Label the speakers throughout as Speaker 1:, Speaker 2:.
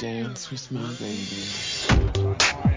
Speaker 1: Dance with me, baby.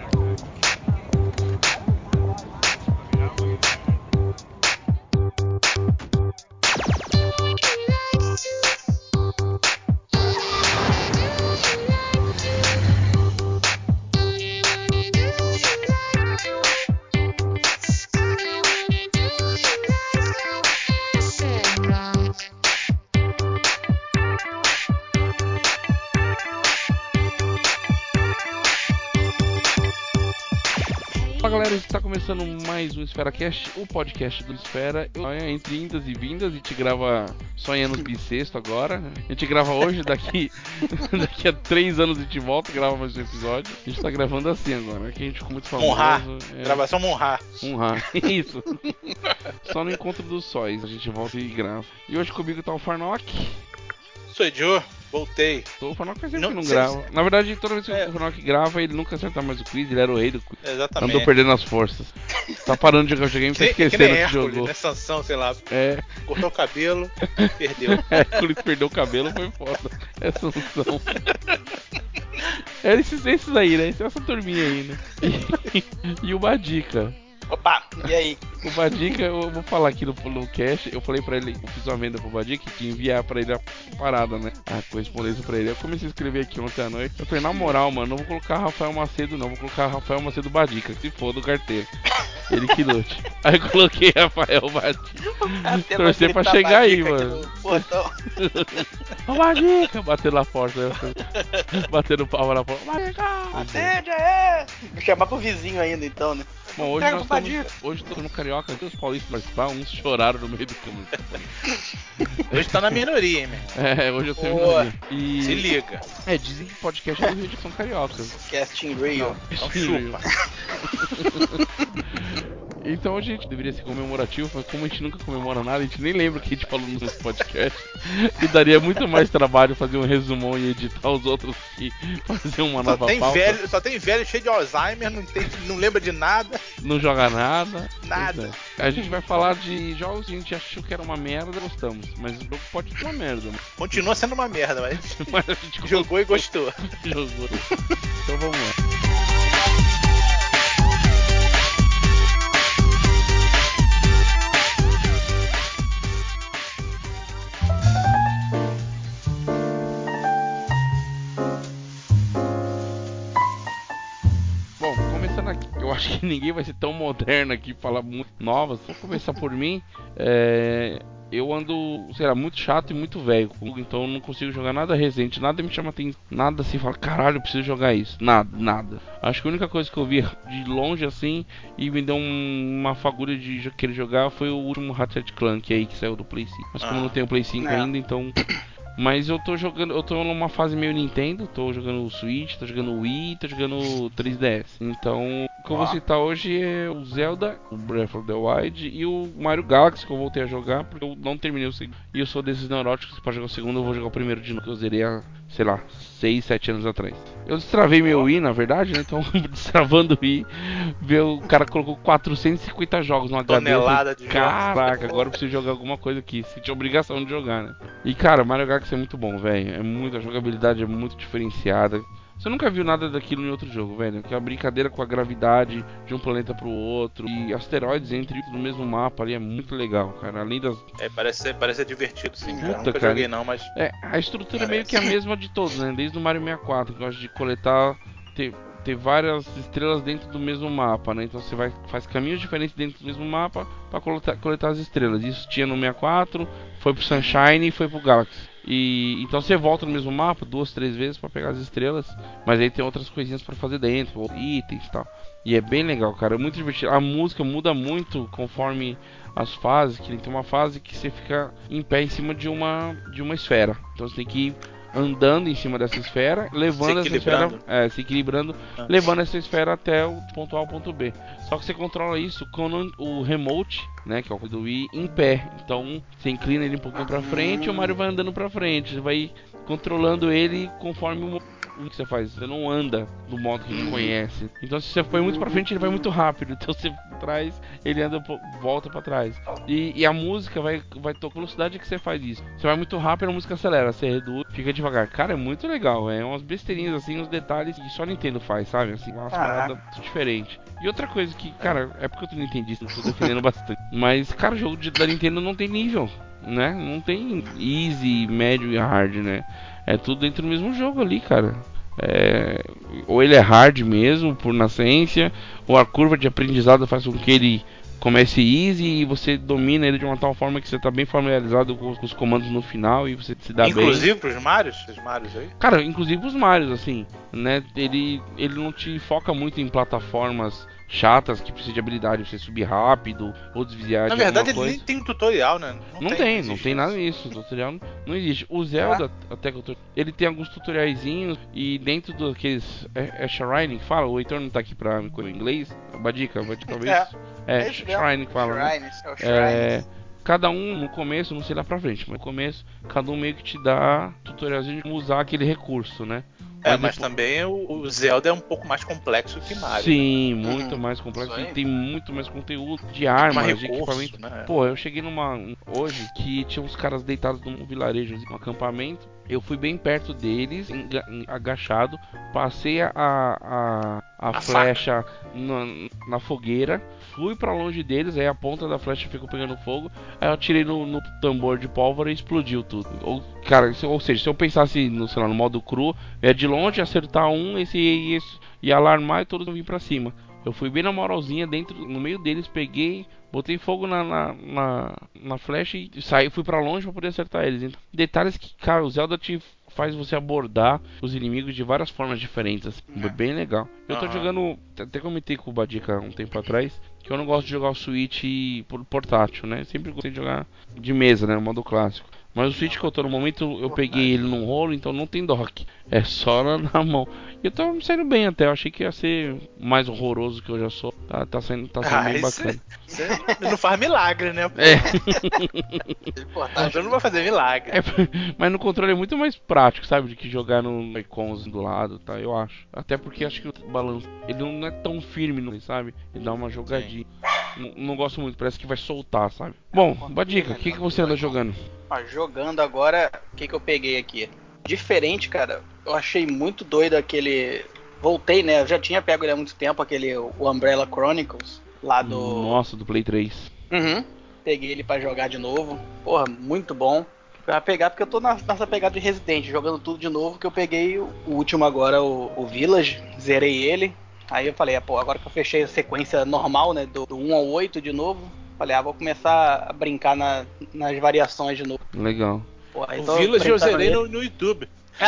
Speaker 2: Fala galera, está começando mais um EsferaCast, o podcast do Esfera. Entre indas e vindas, a gente grava só em anos bissexto agora. A gente grava hoje, daqui a 3 anos a gente volta e grava mais um episódio. A gente tá gravando assim agora, aqui a gente ficou muito famoso.
Speaker 3: Monra, gravação Monra.
Speaker 2: Isso. Só no encontro dos sóis a gente volta e grava. E hoje comigo tá o Farnock.
Speaker 3: Sou Joe, voltei.
Speaker 2: O Farnock faz tempo que não grava. Na verdade, toda vez que o Farnock grava, ele nunca acerta mais o quiz, ele era o rei do quiz.
Speaker 3: Exatamente.
Speaker 2: Andou perdendo as forças. Tá parando de jogar videogame, tá esquecendo que
Speaker 3: Hércules,
Speaker 2: jogou.
Speaker 3: né? Sansão, sei lá.
Speaker 2: É.
Speaker 3: Cortou o cabelo, perdeu.
Speaker 2: Hércules perdeu o cabelo, foi foda. É Sansão. É esses aí, né? Essa turminha aí, né? E uma dica.
Speaker 3: Opa, e aí?
Speaker 2: O Badica, eu vou falar aqui no cast, eu falei pra ele, eu fiz uma venda pro Badica que enviar pra ele a parada, né? A correspondência pra ele. Eu comecei a escrever aqui ontem à noite. Eu falei, na moral, mano, não vou colocar Rafael Macedo, não. Vou colocar Rafael Macedo Badica, se for do carteiro. Ele que lute. Aí eu coloquei Rafael Badica. Torcer pra chegar aí, mano. Ô Badica! Bater na porta, né? Batendo palma na porta. Badica!
Speaker 3: Atende aí! Me chamar pro vizinho ainda então, né?
Speaker 2: Bom, hoje estamos no Carioca, aqui os paulistas participaram, uns choraram no meio do caminho.
Speaker 3: Hoje tá na minoria, hein, meu?
Speaker 2: É, hoje eu tenho minoria. E...
Speaker 3: se liga.
Speaker 2: É, dizem que o podcast é do Rio de São Carioca.
Speaker 3: Casting Rio. Então chupa.
Speaker 2: Então a gente deveria ser comemorativo, mas como a gente nunca comemora nada, a gente nem lembra o que a gente falou no nosso podcast. E daria muito mais trabalho fazer um resumão e editar os outros que fazer uma nova pauta.
Speaker 3: Só tem velho cheio de Alzheimer, não lembra de nada.
Speaker 2: Não joga nada.
Speaker 3: Nada.
Speaker 2: A gente vai falar de jogos que a gente achou que era uma merda, gostamos. Mas o jogo pode ser uma merda. Mano.
Speaker 3: Continua sendo uma merda,
Speaker 2: mas a gente
Speaker 3: jogou e gostou.
Speaker 2: Jogou. Então vamos lá. Bom, começando aqui, eu acho que ninguém vai ser tão moderno aqui e falar muito novas. Vou começar por mim. Eu ando, sei lá, muito chato e muito velho, então eu não consigo jogar nada recente, nada me chama atenção, nada assim, fala, caralho, eu preciso jogar isso, nada. Acho que a única coisa que eu vi de longe assim e me deu uma fagulha de querer jogar foi o último Ratchet Clank aí que saiu do Play 5. Mas como eu não tenho Play 5 ainda, então... Mas eu tô jogando, eu tô numa fase meio Nintendo, tô jogando o Switch, tô jogando o Wii, tô jogando o 3DS. Então, o que eu vou citar hoje é o Zelda, o Breath of the Wild e o Mario Galaxy, que eu voltei a jogar, porque eu não terminei o segundo. E eu sou desses neuróticos que pra jogar o segundo eu vou jogar o primeiro de novo, que eu zerei há, sei lá, 6, 7 anos atrás. Eu destravei meu Wii, na verdade, né? Então, destravando o Wii, o cara colocou 450 jogos no HD.
Speaker 3: Tonelada de jogos.
Speaker 2: Caraca, agora eu preciso jogar alguma coisa aqui. Senti a obrigação de jogar, né? E cara, Mario Galaxy é muito bom, velho. A jogabilidade é muito diferenciada. Você nunca viu nada daquilo em outro jogo, velho. Que é a brincadeira com a gravidade de um planeta pro outro. E asteroides entre no mesmo mapa ali é muito legal, cara. Além das...
Speaker 3: parece ser divertido, sim.
Speaker 2: Puta,
Speaker 3: Eu nunca
Speaker 2: cara.
Speaker 3: joguei não, mas...
Speaker 2: a estrutura é meio que a mesma de todos, né? Desde o Mario 64, que gosta de coletar... Ter várias estrelas dentro do mesmo mapa, né? Então você faz caminhos diferentes dentro do mesmo mapa para coletar as estrelas. Isso tinha no 64, foi pro Sunshine e foi pro Galaxy. E então você volta no mesmo mapa 2, 3 vezes para pegar as estrelas, mas aí tem outras coisinhas para fazer dentro, itens e tal. E é bem legal, cara, é muito divertido. A música muda muito conforme as fases, que tem uma fase que você fica em pé em cima de uma esfera. Então você tem que ir andando em cima dessa esfera, levando essa esfera, se equilibrando, levando essa esfera até o ponto A ao ponto B. Só que você controla isso com o remote, né, que é o do Wii, em pé. Então você inclina ele um pouquinho pra frente e o Mario vai andando pra frente. Você vai controlando ele conforme o que você faz, você não anda do modo que ele conhece. Então se você foi muito pra frente, ele vai muito rápido. Então você traz, ele anda, volta pra trás. E a música vai tocar velocidade que você faz isso. Você vai muito rápido, a música acelera, você reduz, fica devagar. Cara, é muito legal, é umas besteirinhas assim, uns detalhes que só Nintendo faz, sabe? Assim, umas paradas diferentes. E outra coisa que, cara, é porque eu tô nintendista, eu tô defendendo bastante. Mas, cara, o jogo da Nintendo não tem nível, né? Não tem easy, médio e hard, né? É tudo dentro do mesmo jogo ali, cara. Ou ele é hard mesmo, por nascença, ou a curva de aprendizado faz com que ele comece easy e você domina ele de uma tal forma que você tá bem familiarizado com os comandos no final e você se dá bem.
Speaker 4: Inclusive pros Marios? Os Marios aí?
Speaker 2: Cara, inclusive os Marios, assim, né? Ele não te foca muito em plataformas chatas que precisa de habilidade pra você subir rápido ou desviar
Speaker 4: Na
Speaker 2: de
Speaker 4: verdade,
Speaker 2: alguma
Speaker 4: ele
Speaker 2: coisa.
Speaker 4: nem tem tutorial, né?
Speaker 2: Não tem nada disso. Tutorial não existe. O Zelda, até que eu tô. Ele tem alguns tutoriaizinhos e dentro daqueles. É Shrine que fala? O Heitor não tá aqui pra me correr em inglês. Badica talvez. É Shrine que fala.
Speaker 3: Shrine,
Speaker 2: Né?
Speaker 3: é o Shrine.
Speaker 2: Cada um no começo, não sei lá pra frente, mas no começo, cada um meio que te dá tutorialzinho de como usar aquele recurso, né?
Speaker 4: Mas também o Zelda é um pouco mais complexo que Mario.
Speaker 2: Sim,
Speaker 4: né?
Speaker 2: muito mais complexo. E tem muito mais conteúdo de
Speaker 4: Muito
Speaker 2: armas,
Speaker 4: mais
Speaker 2: de
Speaker 4: recurso,
Speaker 2: equipamento.
Speaker 4: né?
Speaker 2: Pô, eu cheguei hoje que tinha uns caras deitados num vilarejo, num acampamento. Eu fui bem perto deles, agachado, passei a flecha na fogueira, fui pra longe deles, aí a ponta da flecha ficou pegando fogo, aí eu atirei no tambor de pólvora e explodiu tudo. Ou seja, se eu pensasse no modo cru, de longe acertar um, esse ia alarmar e todos iam vir pra cima. Eu fui bem na moralzinha, no meio deles, peguei, botei fogo na flecha e fui pra longe pra poder acertar eles. Então, detalhes que, cara, o Zelda te faz você abordar os inimigos de várias formas diferentes, assim, bem legal. Eu tô jogando, até comentei com o Badica um tempo atrás, que eu não gosto de jogar o Switch por portátil, né? Sempre gostei de jogar de mesa, né? No modo clássico. Mas o Switch que eu tô no momento, eu peguei ele num rolo, então não tem dock. É só na mão. E eu tô me saindo bem até. Eu achei que ia ser mais horroroso que eu já sou. Tá saindo bem bacana.
Speaker 4: Você não faz milagre, né? Pô? Você não vai fazer milagre.
Speaker 2: Mas no controle é muito mais prático, sabe? Do que jogar no icons do lado, tá? Eu acho. Até porque acho que o balanço, ele não é tão firme, sabe? Ele dá uma jogadinha. Não gosto muito, parece que vai soltar, sabe? Bom, Badica, o que você anda jogando?
Speaker 3: Jogando agora, o que eu peguei aqui? Diferente, cara, eu achei muito doido aquele... Voltei, né? Eu já tinha pego ele há muito tempo, o Umbrella Chronicles, lá do...
Speaker 2: Nossa, do Play 3.
Speaker 3: Peguei ele pra jogar de novo. Porra, muito bom. Pra pegar, porque eu tô nessa pegada de Resident, jogando tudo de novo, que eu peguei o último agora, o Village, zerei ele. Aí eu falei, agora que eu fechei a sequência normal, né, do 1 ao 8 de novo, falei, vou começar a brincar nas variações de novo.
Speaker 2: Legal.
Speaker 3: Porra,
Speaker 4: o Village eu zerei no YouTube.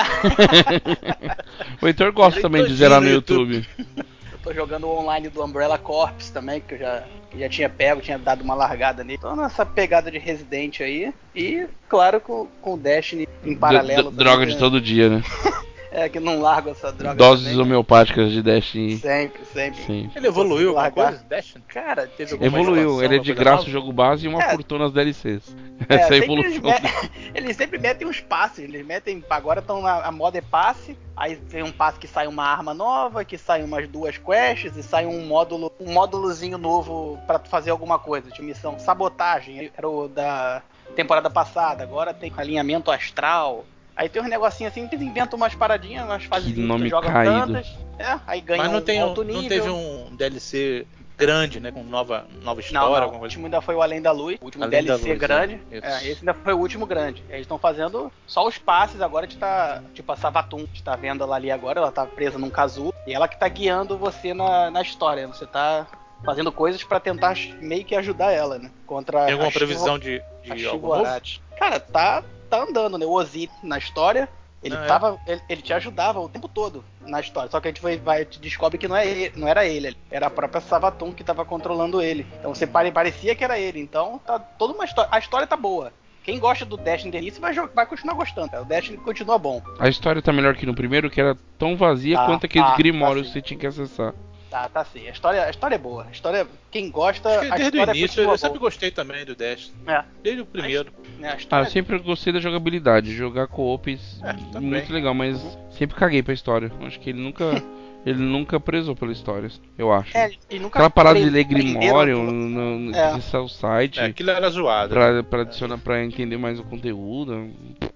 Speaker 2: O Heitor gosta também de zerar no YouTube.
Speaker 3: Eu tô jogando o online do Umbrella Corps também, que eu já tinha pego, tinha dado uma largada nele. Tô nessa pegada de Resident aí. E, claro, com o Destiny em paralelo.
Speaker 2: Droga de todo dia, né?
Speaker 3: Que não largo essa droga.
Speaker 2: Doses
Speaker 3: também,
Speaker 2: homeopáticas de Destiny.
Speaker 3: Sempre.
Speaker 2: Sim.
Speaker 4: Ele evoluiu alguma coisa? Destiny?
Speaker 3: Cara,
Speaker 2: evoluiu. Ele é de graça o jogo base e uma fortuna as DLCs. Essa é a evolução.
Speaker 3: Eles sempre metem uns passes. Eles metem. Agora estão a moda é passe. Aí tem um passe que sai uma arma nova, que sai umas 2 quests e sai um módulozinho novo pra tu fazer alguma coisa. De missão sabotagem. Era o da temporada passada. Agora tem alinhamento astral. Aí tem uns negocinhos assim que eles inventam umas paradinhas, umas fases que tu joga tantas. Aí ganha
Speaker 4: Mas não
Speaker 3: alto nível.
Speaker 4: Não teve um DLC grande, né? Com nova história.
Speaker 3: Não. O último ainda foi o Além da Luz. O último DLC grande. Esse ainda foi o último grande. Eles estão fazendo só os passes agora de tá. Tipo a Savathûn. A gente tá vendo ela ali agora. Ela tá presa num casulo. E ela que tá guiando você na história. Você tá fazendo coisas pra tentar meio que ajudar ela, né?
Speaker 4: Tem alguma previsão de algo novo?
Speaker 3: Cara, tá andando, né? O Ozzy na história, ele te ajudava o tempo todo na história. Só que a gente descobre que não era ele. Era a própria Savathûn que tava controlando ele. Então você parecia que era ele. Então tá toda uma história. A história tá boa. Quem gosta do Destiny de início vai continuar gostando, cara. O Destiny continua bom.
Speaker 2: A história tá melhor que no primeiro, que era tão vazia quanto aqueles grimórios que você tinha que acessar.
Speaker 3: Tá sim. A história é boa. A história, quem gosta,
Speaker 4: Acho que
Speaker 3: a
Speaker 4: desde o
Speaker 3: história
Speaker 4: início
Speaker 3: continua
Speaker 4: eu sempre
Speaker 3: boa.
Speaker 4: gostei também do Dash.
Speaker 3: É,
Speaker 4: Desde o primeiro.
Speaker 3: a
Speaker 2: Ah,
Speaker 3: história
Speaker 2: eu sempre gostei da jogabilidade, jogar co-op
Speaker 4: também.
Speaker 2: muito legal, mas sempre caguei pra história. Acho que ele nunca prezou pela história, eu acho.
Speaker 3: e nunca
Speaker 2: Aquela parada de ler
Speaker 3: prenderam
Speaker 2: Grimório,
Speaker 3: É.
Speaker 2: de acessar o site,
Speaker 4: Aquilo era zoado.
Speaker 2: pra adicionar, pra entender mais o conteúdo.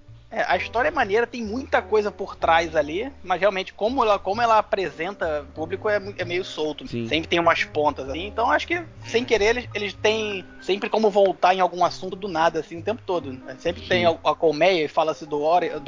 Speaker 3: A história é maneira, tem muita coisa por trás ali, mas realmente como ela apresenta o público é meio solto.
Speaker 2: Sim.
Speaker 3: Sempre tem umas pontas assim, então acho que sem querer eles têm sempre como voltar em algum assunto do nada assim o tempo todo. Né? Sempre tem
Speaker 2: Sim.
Speaker 3: a colmeia e fala-se do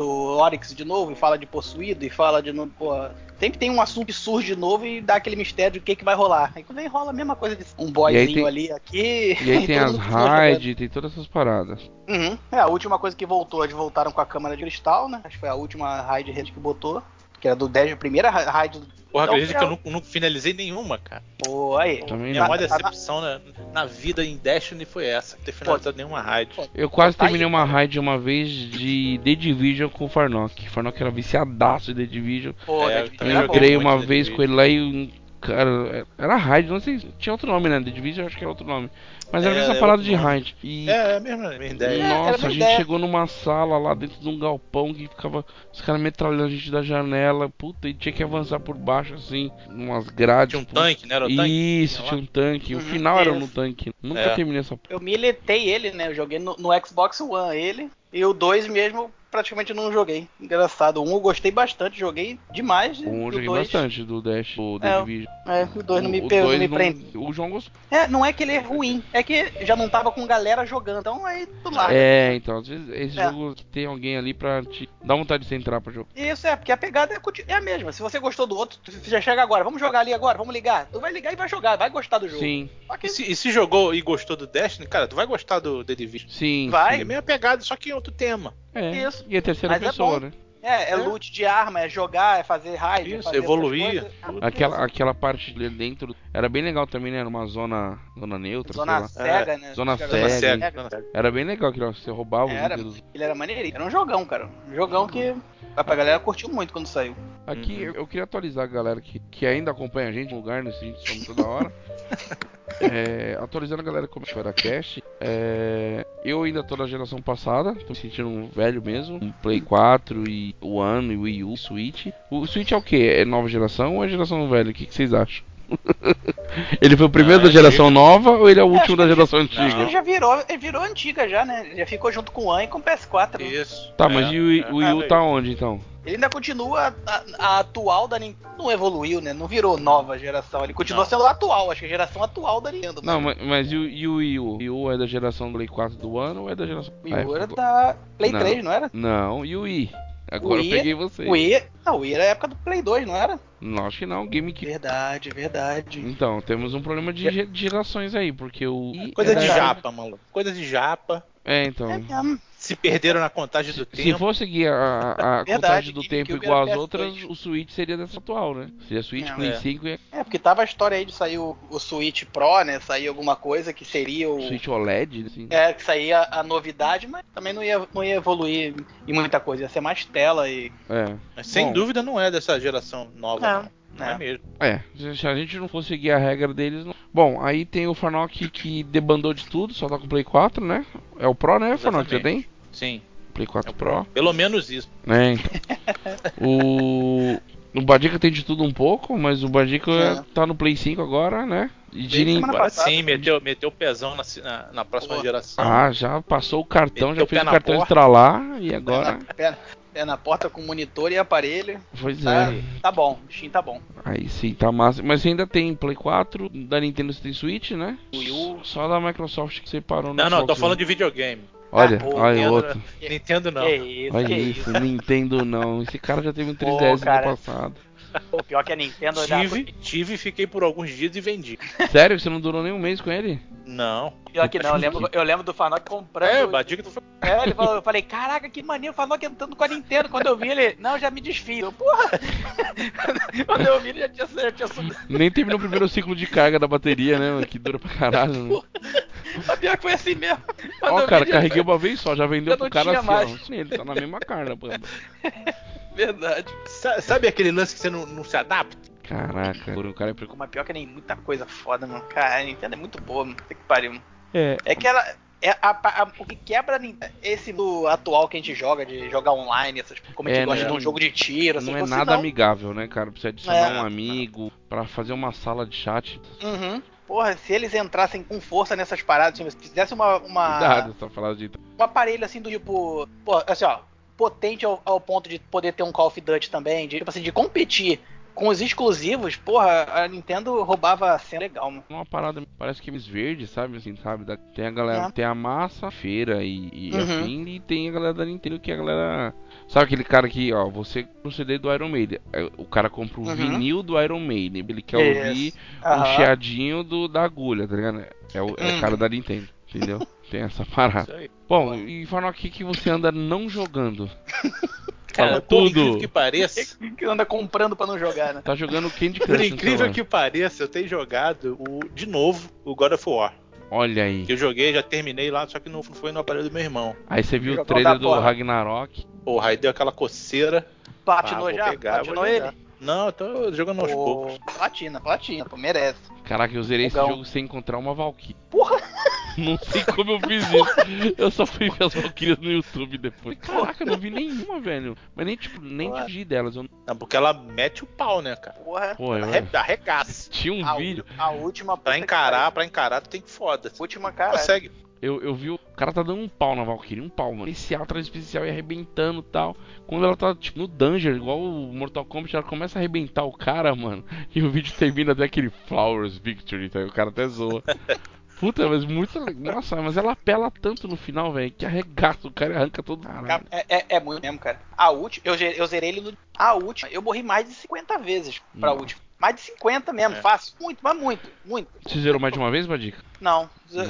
Speaker 3: Oryx de novo, e fala de Possuído, e fala de novo, sempre tem um assunto que surge de novo e dá aquele mistério de o que vai rolar. Aí quando vem rola a mesma coisa de um boyzinho ali, aqui.
Speaker 2: E aí tem
Speaker 3: todo
Speaker 2: as
Speaker 3: mundo continua jogando.
Speaker 2: raids, tem todas essas paradas.
Speaker 3: Uhum. A última coisa que voltou, eles voltaram com a câmara de cristal, né? Acho que foi a última raid que botou. Que era do 10, a primeira raid do.
Speaker 4: Porra,
Speaker 3: Então,
Speaker 4: acredito que eu não finalizei nenhuma, cara.
Speaker 3: Pô, aí.
Speaker 2: Também
Speaker 4: Minha
Speaker 2: não.
Speaker 4: maior decepção na vida em Destiny foi essa, ter finalizado nenhuma raid.
Speaker 2: Eu quase
Speaker 3: tá
Speaker 2: terminei
Speaker 3: aí,
Speaker 2: uma
Speaker 3: cara.
Speaker 2: raid uma vez de The Division com o Farnock. Farnock era viciadaço de The Division.
Speaker 3: Pô,
Speaker 4: É,
Speaker 3: Dead
Speaker 4: eu
Speaker 3: Division
Speaker 4: também
Speaker 2: Eu
Speaker 3: era bom.
Speaker 2: entrei
Speaker 4: muito
Speaker 2: uma
Speaker 4: The
Speaker 2: vez
Speaker 4: Division.
Speaker 2: com ele lá e cara, era raid, não sei se tinha outro nome, né? The Division eu acho que era outro nome. Mas era a mesma parada
Speaker 4: outro
Speaker 2: de
Speaker 4: nome.
Speaker 2: raid. E
Speaker 4: É a mesma ideia.
Speaker 3: era a
Speaker 2: nossa,
Speaker 3: mesma
Speaker 2: a gente
Speaker 3: ideia.
Speaker 2: chegou numa sala lá dentro de um galpão que ficava os caras metralhando a gente da janela, puta, e tinha que avançar por baixo assim, umas grades.
Speaker 4: Tinha um
Speaker 2: puta.
Speaker 4: tanque, né? Era o tanque?
Speaker 2: Isso, tinha um tanque. O
Speaker 3: Uhum,
Speaker 2: final era no
Speaker 3: isso.
Speaker 2: tanque. Nunca
Speaker 4: É.
Speaker 2: terminei essa.
Speaker 3: Eu miletei ele, né? Eu joguei no Xbox One ele. E o 2 mesmo praticamente não joguei. Engraçado. O 1 eu gostei bastante, joguei demais. E
Speaker 2: Um eu
Speaker 3: o
Speaker 2: joguei
Speaker 3: 2,
Speaker 2: bastante do Dash, do The Division.
Speaker 3: o 2 não me
Speaker 2: O
Speaker 3: pegou, não
Speaker 2: dois
Speaker 3: me prende.
Speaker 2: o João gostou.
Speaker 3: Não é que ele é ruim, é que já não tava com galera jogando. Então aí tu larga.
Speaker 2: É, então, às vezes esse
Speaker 3: É.
Speaker 2: jogo tem alguém ali pra te dar vontade de você entrar pra jogo.
Speaker 3: Isso porque a pegada é a mesma. Se você gostou do outro, tu já chega agora, vamos jogar ali agora, vamos ligar. Tu vai ligar e vai jogar, vai gostar do jogo.
Speaker 2: Sim,
Speaker 3: Só que
Speaker 4: E se jogou e gostou do Destiny, cara, tu vai gostar do The Division.
Speaker 2: sim.
Speaker 3: Vai.
Speaker 4: É a mesma pegada, só que em outro tema.
Speaker 2: É.
Speaker 3: Isso.
Speaker 2: E a terceira
Speaker 3: Mas é
Speaker 2: pessoa,
Speaker 3: bom.
Speaker 2: né?
Speaker 3: É loot de arma, é jogar, é fazer raid, é
Speaker 4: Isso,
Speaker 3: fazer essas
Speaker 4: evoluir.
Speaker 3: coisas.
Speaker 4: tudo.
Speaker 2: Aquela parte ali dentro era bem legal também, né? Era uma zona neutra,
Speaker 3: Zona
Speaker 2: sei lá.
Speaker 3: cega, né?
Speaker 2: Zona
Speaker 3: Os caras-
Speaker 2: cega.
Speaker 4: Zona cega.
Speaker 2: Era bem legal que você roubava os
Speaker 3: Era,
Speaker 2: itens.
Speaker 3: ele era maneirinho. Era um jogão, cara. Um jogão que a galera curtiu muito quando saiu.
Speaker 2: Aqui eu queria atualizar a galera que ainda acompanha a gente no lugar, nesse gente some toda hora. Atualizando a galera como foi a cast. Eu ainda tô na geração passada, tô me sentindo um velho mesmo. Um Play 4 e o One e o Wii U, Switch. O Switch é o que? É nova geração ou é geração velha? O que vocês acham? Ele foi o primeiro
Speaker 4: Não,
Speaker 2: da
Speaker 4: é
Speaker 2: geração
Speaker 4: antigo.
Speaker 2: nova ou ele é o
Speaker 3: Acho
Speaker 2: último
Speaker 3: que
Speaker 2: da
Speaker 3: ele
Speaker 2: geração
Speaker 4: Não.
Speaker 2: antiga?
Speaker 3: Ele já virou antiga já, né? Ele já ficou junto com o One e com o PS4. Né?
Speaker 4: Isso.
Speaker 2: Tá, mas e o Wii U
Speaker 4: aí.
Speaker 2: tá onde então?
Speaker 3: Ele ainda continua a atual da Nintendo. Não evoluiu, né? Não virou nova geração. Ele continua
Speaker 4: Não.
Speaker 3: sendo atual. Acho que a geração atual da Nintendo.
Speaker 2: Não, mas e o Wii U? O Wii U é da geração do Play 4 do ano ou é da geração...
Speaker 3: O Wii U era da Play 3, não era?
Speaker 2: Não, e o Wii? Agora
Speaker 3: Wii-
Speaker 2: eu peguei você.
Speaker 3: O Wii era a época do Play 2, não era?
Speaker 2: Não, acho que não, GameCube.
Speaker 3: Verdade.
Speaker 2: Então, temos um problema de gerações aí, porque o Wii
Speaker 4: Coisa
Speaker 2: é
Speaker 4: de
Speaker 2: da-
Speaker 4: japa, maluco. Coisa de japa.
Speaker 2: Então.
Speaker 3: É mesmo.
Speaker 4: Se perderam na contagem do
Speaker 2: Se
Speaker 4: tempo.
Speaker 2: for seguir a
Speaker 3: Verdade,
Speaker 2: contagem do
Speaker 3: GameCube
Speaker 2: tempo igual
Speaker 3: era
Speaker 2: às
Speaker 3: PS2.
Speaker 2: outras, o Switch seria dessa atual, né? Seria Switch,
Speaker 3: Não,
Speaker 2: Play
Speaker 4: é.
Speaker 2: 5 e
Speaker 3: Porque tava a história aí de sair o Switch Pro, né? Sair alguma coisa que seria o.
Speaker 2: Switch OLED, assim.
Speaker 3: Que saía a novidade, mas também não ia evoluir em muita coisa. Ia ser mais tela e.
Speaker 4: Mas sem
Speaker 2: Bom,
Speaker 4: dúvida não é dessa geração nova,
Speaker 3: Não,
Speaker 4: não. Não é mesmo.
Speaker 2: Se a gente não for seguir a regra deles. Não... Bom, aí tem o Farnock que debandou de tudo, só tá com o Play 4, né? É o Pro, né, Farnock? Você tem?
Speaker 4: Sim.
Speaker 2: Play 4
Speaker 4: É o
Speaker 2: Pro.
Speaker 4: Pelo menos isso.
Speaker 2: Então. O Badica tem de tudo um pouco, mas o Badica tá no Play 5 agora, né? E
Speaker 3: Desde semana
Speaker 4: Agora
Speaker 3: passada.
Speaker 4: sim, meteu o pezão na próxima
Speaker 3: Pô.
Speaker 4: geração.
Speaker 2: já passou o cartão,
Speaker 4: Meteu
Speaker 2: já fez
Speaker 4: o pé
Speaker 2: o
Speaker 4: na
Speaker 2: cartão
Speaker 4: porta.
Speaker 2: estralar e agora.
Speaker 3: Pé na porta com monitor e aparelho.
Speaker 2: Pois
Speaker 3: Tá,
Speaker 2: é.
Speaker 3: tá bom, o bichinho tá bom.
Speaker 2: Aí sim, tá massa. Mas você ainda tem Play 4, da Nintendo você tem Switch, né?
Speaker 3: Wii U.
Speaker 2: Só da Microsoft que separou no
Speaker 4: Não,
Speaker 2: Xbox
Speaker 4: tô falando
Speaker 2: One.
Speaker 4: de videogame.
Speaker 2: Olha,
Speaker 3: pô,
Speaker 2: olha
Speaker 4: Nintendo,
Speaker 2: outro.
Speaker 4: Nintendo não.
Speaker 3: Que isso,
Speaker 2: Olha
Speaker 3: que
Speaker 2: isso, Nintendo não. Esse cara já teve um
Speaker 3: Pô,
Speaker 2: 3DS no
Speaker 3: cara.
Speaker 2: passado.
Speaker 3: O pior que a Nintendo
Speaker 4: Tive, fiquei por alguns dias e vendi.
Speaker 2: Sério, você não durou nem um mês com ele?
Speaker 4: Não.
Speaker 3: Pior que não, eu lembro do Farnock comprando.
Speaker 4: o Badica foi.
Speaker 3: Ele falou, eu falei, caraca, que maneiro o Farnock entrando com a Nintendo. Quando eu vi ele, não, já me desfio. Eu, porra! Quando eu vi ele já tinha subido.
Speaker 2: Nem terminou o primeiro ciclo de carga da bateria, né? Mano? Que dura pra caralho, né?
Speaker 3: A pior que foi assim mesmo. Quando
Speaker 2: Ó,
Speaker 3: eu
Speaker 2: cara,
Speaker 3: vi,
Speaker 2: carreguei uma vez só, já vendeu
Speaker 3: Já
Speaker 2: pro
Speaker 3: não
Speaker 2: cara
Speaker 3: tinha
Speaker 2: assim,
Speaker 3: mais.
Speaker 2: ó. Sim, ele tá na mesma carga, pô.
Speaker 3: Verdade.
Speaker 4: Sabe aquele lance que você não se adapta?
Speaker 2: Caraca, o cara é preocupado.
Speaker 3: Mas pior que nem muita coisa foda, mano. Cara, a Nintendo é muito boa, mano. Tem que pariu, mano.
Speaker 2: É,
Speaker 3: É que ela. O que quebra esse do atual que a gente joga, de jogar online, como a gente gosta de um jogo de tiro,
Speaker 2: não é nada amigável, né, cara? Precisa adicionar um amigo pra fazer uma sala de chat.
Speaker 3: Uhum. Porra, se eles entrassem com força nessas paradas, se fizesse
Speaker 2: Cuidado, essa falada de...
Speaker 3: um aparelho assim do tipo, pô, assim, ó, potente ao ponto de poder ter um Call of Duty também, tipo assim, de competir com os exclusivos, porra, a Nintendo roubava a cena legal, mano.
Speaker 2: Uma parada, parece que eles verdes, sabe, assim, sabe? Tem a galera, tem a massa, feira e afim, e tem a galera da Nintendo, que é a galera... Sabe aquele cara que, ó, você proceder do Iron Maiden, o cara compra o vinil do Iron Maiden, ele quer ouvir o chiadinho da agulha, tá ligado? É o cara da Nintendo, entendeu? Tem essa parada. Bom, e fala o que você anda não jogando?
Speaker 4: Cara, por incrível que pareça...
Speaker 3: Que anda comprando pra não jogar, né?
Speaker 2: Tá jogando Candy Crush.
Speaker 4: Por incrível que pareça, eu tenho jogado, de novo, o God of War.
Speaker 2: Olha aí.
Speaker 4: Que eu joguei, já terminei lá, só que não foi no aparelho do meu irmão.
Speaker 2: Aí você viu o trailer do Ragnarok.
Speaker 4: Porra, aí deu aquela coceira.
Speaker 3: Platinou já? Platinou ele?
Speaker 4: Não, eu tô jogando aos poucos.
Speaker 3: Platina, pô, merece.
Speaker 2: Caraca, eu zerei esse jogo sem encontrar uma Valkyrie.
Speaker 3: Porra!
Speaker 2: Não sei como eu fiz isso. Eu só fui ver as Valkyrias no YouTube depois. Caraca, eu não vi nenhuma, velho. Mas nem dirigi delas.
Speaker 4: Não, porque ela mete o pau, né, cara?
Speaker 3: Porra.
Speaker 4: Ela arregaça.
Speaker 2: Tinha um vídeo.
Speaker 3: A última...
Speaker 4: Pra encarar, tu tem que foda.
Speaker 3: Última, cara.
Speaker 4: Consegue.
Speaker 2: Eu vi o cara tá dando um pau na Valkyrie, um pau, mano. Especial, atrás especial e arrebentando e tal. Quando ela tá, tipo, no dungeon, igual o Mortal Kombat, ela começa a arrebentar o cara, mano. E o vídeo termina até aquele Flowers Victory, tá? O cara até zoa. Puta, mas muito legal. Nossa, mas ela apela tanto no final, velho, que arregaça o cara e arranca todo o cara.
Speaker 3: É muito mesmo, cara. A última, eu zerei ele no... A última, eu morri mais de 50 vezes pra última. Mais de 50 mesmo, fácil. Muito, mas muito.
Speaker 2: Você zerou mais de uma vez, Badica?
Speaker 3: Não.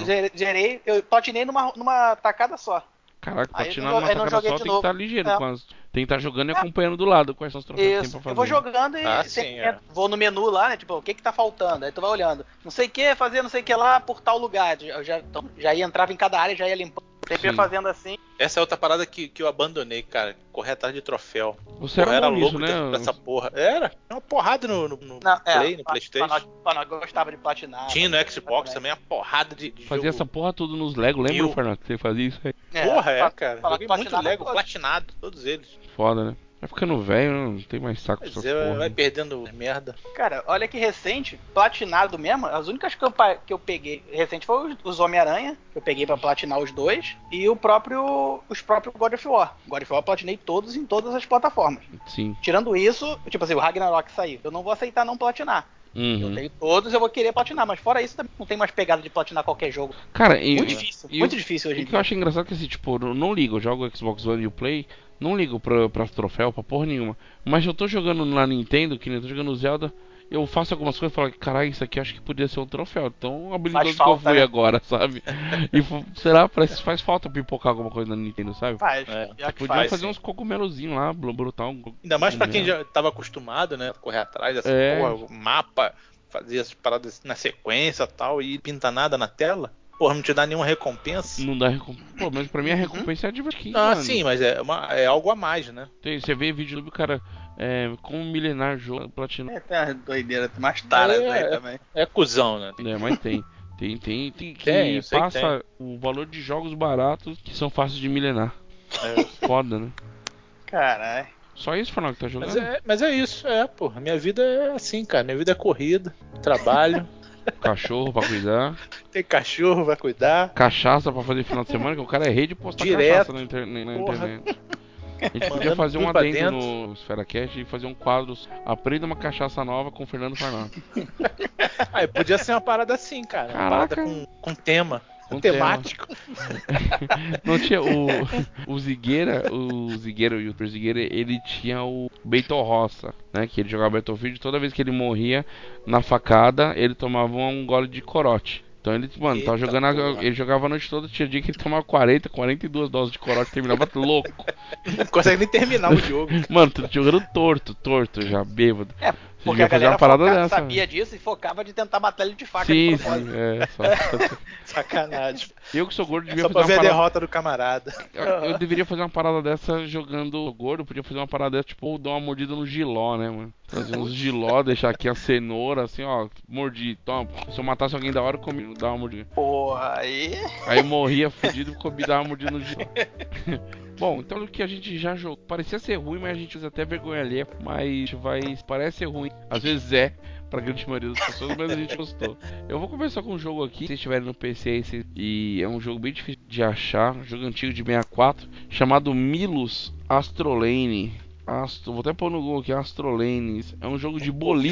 Speaker 3: Zerei, eu platinei numa tacada só.
Speaker 2: Caraca, platinar numa tacada só tem que estar ligeiro. Tem que estar jogando e acompanhando do lado quais são os troféus que tem pra fazer.
Speaker 3: Eu vou jogando e vou no menu lá, né? Tipo, o que tá faltando? Aí tu vai olhando. Não sei o que, fazer não sei o que lá por tal lugar. Eu já ia entrava em cada área, já ia limpando. Sempre ia fazendo assim.
Speaker 4: Essa é outra parada que eu abandonei, cara. Correr atrás de troféu.
Speaker 2: Você era louco, né?
Speaker 4: Essa porra. Era uma porrada no Play, no Playstation.
Speaker 3: Nós gostava de platinar.
Speaker 4: Tinha no Xbox também uma porrada de
Speaker 2: fazia essa porra tudo nos Lego, lembra, Fernando? Que você fazia isso aí?
Speaker 4: Porra, cara. Joguei muito Lego platinado, todos eles.
Speaker 2: Foda, né? Vai ficando velho, não tem mais saco pra essas porra.
Speaker 4: Vai perdendo merda.
Speaker 3: Cara, olha que recente, platinado mesmo, as únicas que eu peguei recente foi os Homem-Aranha, que eu peguei pra platinar os dois, e os próprios God of War. God of War eu platinei todos em todas as plataformas.
Speaker 2: Sim.
Speaker 3: Tirando isso, tipo assim, o Ragnarok saiu. Eu não vou aceitar não platinar. Eu tenho todos, eu vou querer platinar, mas fora isso também não tem mais pegada de platinar qualquer jogo.
Speaker 2: Cara,
Speaker 3: muito difícil hoje em dia.
Speaker 2: O que eu acho engraçado é que assim, tipo, eu não ligo, eu jogo o Xbox One e o Play, não ligo pra troféu, pra porra nenhuma. Mas eu tô jogando na Nintendo, que nem eu tô jogando Zelda, eu faço algumas coisas e falo, caralho, isso aqui eu acho que podia ser um troféu. Tão habilidoso que eu fui agora, sabe? E será, parece que faz falta pipocar alguma coisa na Nintendo, sabe?
Speaker 3: Faz,
Speaker 2: podia fazer uns cogumelozinhos lá, brutal.
Speaker 4: Ainda mais pra quem já tava acostumado, né? Correr atrás dessa porra, mapa, fazer essas paradas na sequência e tal, e pinta nada na tela. Porra, não te dá nenhuma recompensa.
Speaker 2: Não dá recompensa. Pô, mas pra mim a recompensa é divertido.
Speaker 4: Sim, mas é algo a mais, né?
Speaker 2: Você vê vídeo do cara como milenar jogo platina.
Speaker 3: Tem uma doideira, tem umas taras aí também.
Speaker 4: É cuzão, né?
Speaker 2: Mas tem. Que passa o valor de jogos baratos que são fáceis de milenar. Foda, né?
Speaker 3: Caralho.
Speaker 2: Só isso, Fernando, que tá jogando?
Speaker 4: Mas é isso, porra. Minha vida é assim, cara. Minha vida é corrida, trabalho.
Speaker 2: Cachorro pra cuidar.
Speaker 4: Tem cachorro pra cuidar.
Speaker 2: Cachaça pra fazer final de semana, que o cara é rei de postar cachaça na internet. A gente podia fazer um adendo no SferaCast e fazer um quadro Aprenda uma cachaça nova com o Fernando Farnal.
Speaker 4: Podia ser uma parada assim, cara. Uma parada com tema. Temático.
Speaker 2: Não tinha o Zigueira, o youtuber Zigueira, ele tinha o Beito Roça, né? Que ele jogava Battlefield, toda vez que ele morria na facada, ele tomava um gole de corote. Então ele, mano, tava jogando, ele jogava a noite toda, tinha dia que ele tomava 42 doses de corote e terminava louco.
Speaker 4: Não consegue nem terminar o jogo.
Speaker 2: Mano, tô jogando torto já, bêbado.
Speaker 3: Porque a
Speaker 2: devia fazer
Speaker 3: galera
Speaker 2: uma parada dessa.
Speaker 3: sabia disso e focava de tentar matar ele de faca.
Speaker 2: Sim,
Speaker 3: de propósito.
Speaker 2: sim, é. Só...
Speaker 4: Sacanagem.
Speaker 2: Eu que sou gordo devia
Speaker 4: Só
Speaker 2: fazer
Speaker 4: pra
Speaker 2: uma
Speaker 4: ver a
Speaker 2: parada.
Speaker 4: derrota do camarada.
Speaker 2: Eu deveria fazer uma parada dessa jogando gordo, podia fazer uma parada dessa, tipo, dar uma mordida no giló, né, mano? Trazer uns giló, deixar aqui a cenoura, assim, ó, mordi, toma. Se eu matasse alguém da hora, eu comia, dava uma mordida.
Speaker 3: Porra, aí.
Speaker 2: Aí eu morria fudido, comi, dava uma mordida no giló. Bom, então o que a gente já jogou, parecia ser ruim, mas a gente usa até vergonha alheia, mas parece ser ruim, às vezes pra grande maioria das pessoas, mas a gente gostou. Eu vou começar com um jogo aqui, se vocês estiverem no PC, e é um jogo bem difícil de achar, um jogo antigo de 64, chamado Milos Astrolane. Vou até pôr no Google aqui, Astrolane. É um jogo de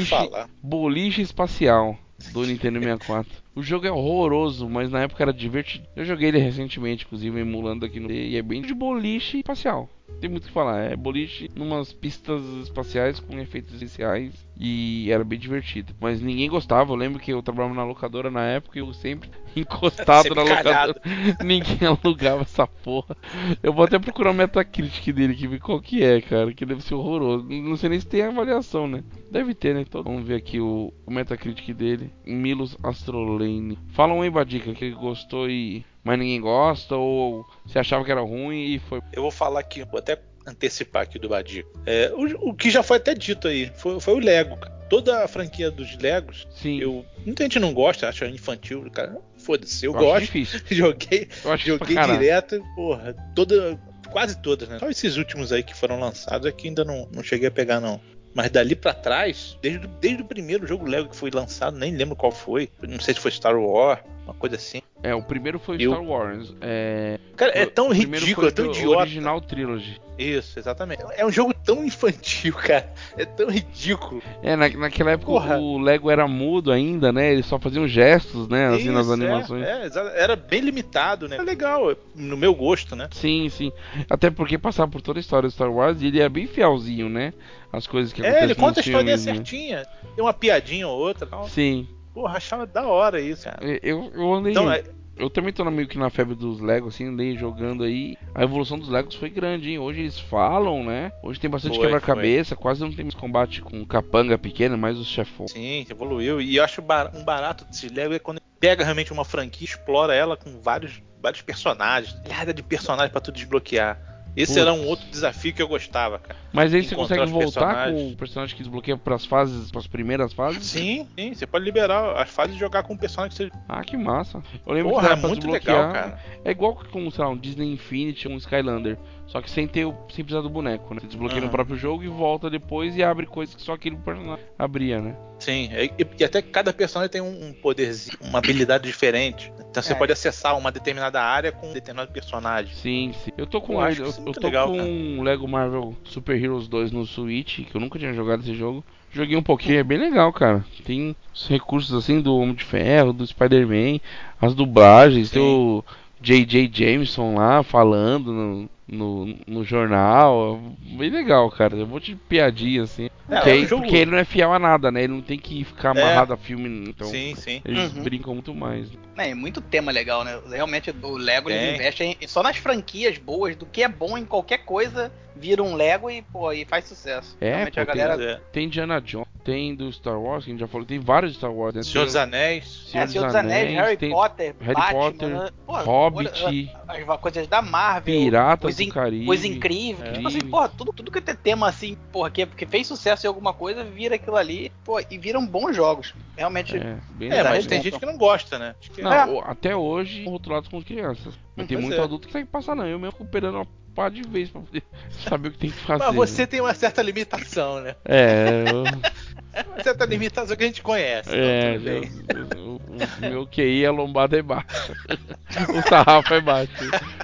Speaker 2: boliche espacial do Nintendo 64. O jogo é horroroso, mas na época era divertido. Eu joguei ele recentemente, inclusive emulando aqui no... E é bem de boliche espacial. Tem muito o que falar, é boliche numas pistas espaciais com efeitos especiais e era bem divertido. Mas ninguém gostava, eu lembro que eu trabalhava na locadora na época e eu sempre encostado
Speaker 4: sempre
Speaker 2: na locadora.
Speaker 4: calhado.
Speaker 2: Ninguém alugava essa porra. Eu vou até procurar o Metacritic dele aqui, ver qual que é, cara, que deve ser horroroso. Não sei nem se tem avaliação, né? Deve ter, né? Então, vamos ver aqui o Metacritic dele. Milos Astrolane. Fala aí, Badica, que gostou mas ninguém gosta, ou você achava que era ruim e foi...
Speaker 4: Eu vou falar aqui, vou até antecipar aqui do Badico. O que já foi até dito aí, foi o Lego, cara. Toda a franquia dos Legos,
Speaker 2: Sim.
Speaker 4: Muita gente não gosta, acha infantil, cara. Foda-se, eu
Speaker 2: acho
Speaker 4: gosto.
Speaker 2: Difícil.
Speaker 4: Joguei
Speaker 2: pra
Speaker 4: direto, porra, quase todas, né? Só esses últimos aí que foram lançados é que ainda não cheguei a pegar, não. Mas dali pra trás, desde o primeiro jogo Lego que foi lançado, nem lembro qual foi. Não sei se foi Star Wars, uma coisa assim.
Speaker 2: O primeiro foi Star Wars.
Speaker 4: Cara, é tão ridículo, é tão idiota.
Speaker 2: Original Trilogy.
Speaker 4: Isso, exatamente. É um jogo tão infantil, cara. É tão ridículo.
Speaker 2: Naquela época o Lego era mudo ainda, né? Eles só faziam gestos, né? Assim,
Speaker 4: Isso,
Speaker 2: nas animações.
Speaker 4: Era bem limitado, né? Era legal, no meu gosto, né?
Speaker 2: Sim, sim. Até porque passava por toda a história do Star Wars e ele é bem fielzinho, né? As coisas que acontecem
Speaker 4: ele conta a historinha
Speaker 2: filmes,
Speaker 4: certinha. Né? Tem uma piadinha ou outra. Tal.
Speaker 2: Sim.
Speaker 4: Porra, achava da hora isso, cara.
Speaker 2: Eu andei...
Speaker 4: Então,
Speaker 2: eu também tô meio que na febre dos Legos, assim, andei jogando aí. A evolução dos Legos foi grande, hein? Hoje eles falam, né? Hoje tem bastante quebra-cabeça, quase não tem mais combate com capanga pequena, mais os chefões.
Speaker 4: Sim, evoluiu. E eu acho um barato desse Lego é quando ele pega realmente uma franquia, explora ela com vários personagens. Milhada de personagens pra tu desbloquear. Esse era um outro desafio que eu gostava, cara.
Speaker 2: Mas aí você consegue voltar com o personagem que desbloqueia pras primeiras fases?
Speaker 4: Sim, você pode liberar as fases e jogar com o personagem que você...
Speaker 2: Ah, que massa. Eu lembro
Speaker 4: que
Speaker 2: dá
Speaker 4: é
Speaker 2: pra
Speaker 4: muito
Speaker 2: desbloquear.
Speaker 4: Legal, cara.
Speaker 2: É igual com, sei lá, um Disney Infinity ou um Skylander. Só que sem precisar do boneco, né? Você desbloqueia no próprio jogo e volta depois e abre coisas que só aquele personagem abria, né?
Speaker 4: Sim, e até que cada personagem tem um poderzinho, uma habilidade diferente. Então você pode acessar uma determinada área com um determinado personagem.
Speaker 2: Sim. Eu tô com um Lego Marvel Super Heroes 2 no Switch, que eu nunca tinha jogado esse jogo. Joguei um pouquinho, é bem legal, cara. Tem os recursos assim do Homem de Ferro, do Spider-Man, as dublagens, tem o J.J. Jameson lá falando no jornal. Bem legal, cara. Eu vou te piadinha assim. Porque ele não é fiel a nada, né? Ele não tem que ficar amarrado a filme. Então
Speaker 4: sim.
Speaker 2: Eles brincam muito mais.
Speaker 3: É muito tema legal, né? Realmente o Lego ele investe só nas franquias boas, do que é bom em qualquer coisa, vira um Lego e faz sucesso. Realmente a galera...
Speaker 2: tem Indiana Jones, tem do Star Wars, que a gente já falou, tem vários Star Wars. Né?
Speaker 4: Senhor dos Anéis.
Speaker 3: Senhor dos Anéis, Harry Potter, Batman,
Speaker 2: Hobbit,
Speaker 3: as coisas da Marvel,
Speaker 2: Piratas do Caribe,
Speaker 3: coisa incrível. Tipo assim, tudo que tem tema assim, porque fez sucesso em alguma coisa, vira aquilo ali, e viram bons jogos. Realmente.
Speaker 4: Mas tem gente que não gosta, né?
Speaker 2: Até hoje, rotulados com crianças. Mas tem muito adulto que consegue passar, não. Eu mesmo fico esperando uma pá de vez pra poder saber o que tem que fazer.
Speaker 4: Mas você tem uma certa limitação, né? Uma certa limitação que a gente conhece.
Speaker 2: O meu QI, a lombada é baixa. O sarrafo é baixo.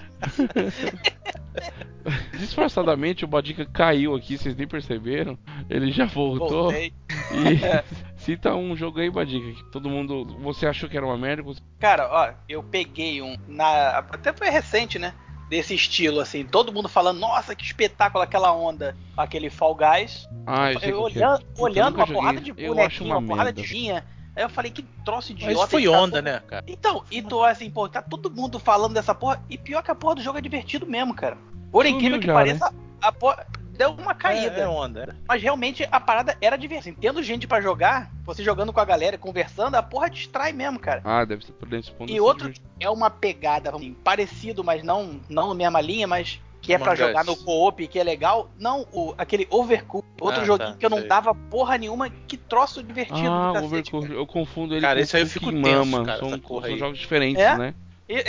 Speaker 2: Disfarçadamente o Badica caiu aqui, vocês nem perceberam. Ele já voltou.
Speaker 3: Voltei.
Speaker 2: Cita um jogo aí, Badica, que todo mundo... Você achou que era uma merda?
Speaker 3: Cara, eu peguei até foi recente, né? Desse estilo, assim, todo mundo falando, nossa, que espetáculo aquela onda, aquele Fall Guys. Olhando uma porrada de bonequinho, uma porrada de vinha. Aí eu falei, que troço idiota.
Speaker 4: Mas foi onda, né, cara?
Speaker 3: Então, assim, tá todo mundo falando dessa porra, e pior que a porra do jogo é divertido mesmo, cara. Por incrível que pareça, a porra... deu uma caída.
Speaker 4: É onda.
Speaker 3: Mas realmente a parada era divertida. Assim, tendo gente pra jogar, você jogando com a galera, conversando, a porra distrai mesmo, cara.
Speaker 2: Ah, deve ser por dentro.
Speaker 3: E outro é uma pegada assim, parecido, mas não na mesma linha, mas que é pra
Speaker 4: Among Us.
Speaker 3: jogar no co-op, que é legal. Não, aquele Overcooked, outro joguinho que eu não
Speaker 4: sei.
Speaker 3: dava porra nenhuma, que troço divertido
Speaker 2: Ah,
Speaker 3: do
Speaker 2: o
Speaker 3: cacete,
Speaker 2: Overcooked,
Speaker 3: cara.
Speaker 2: eu confundo ele
Speaker 4: Cara,
Speaker 2: com
Speaker 4: esse aí eu
Speaker 2: Cookie
Speaker 4: fico tenso,
Speaker 2: Mama.
Speaker 4: cara, essa
Speaker 2: São
Speaker 4: porra aí.
Speaker 2: jogos diferentes,
Speaker 3: É?
Speaker 2: né?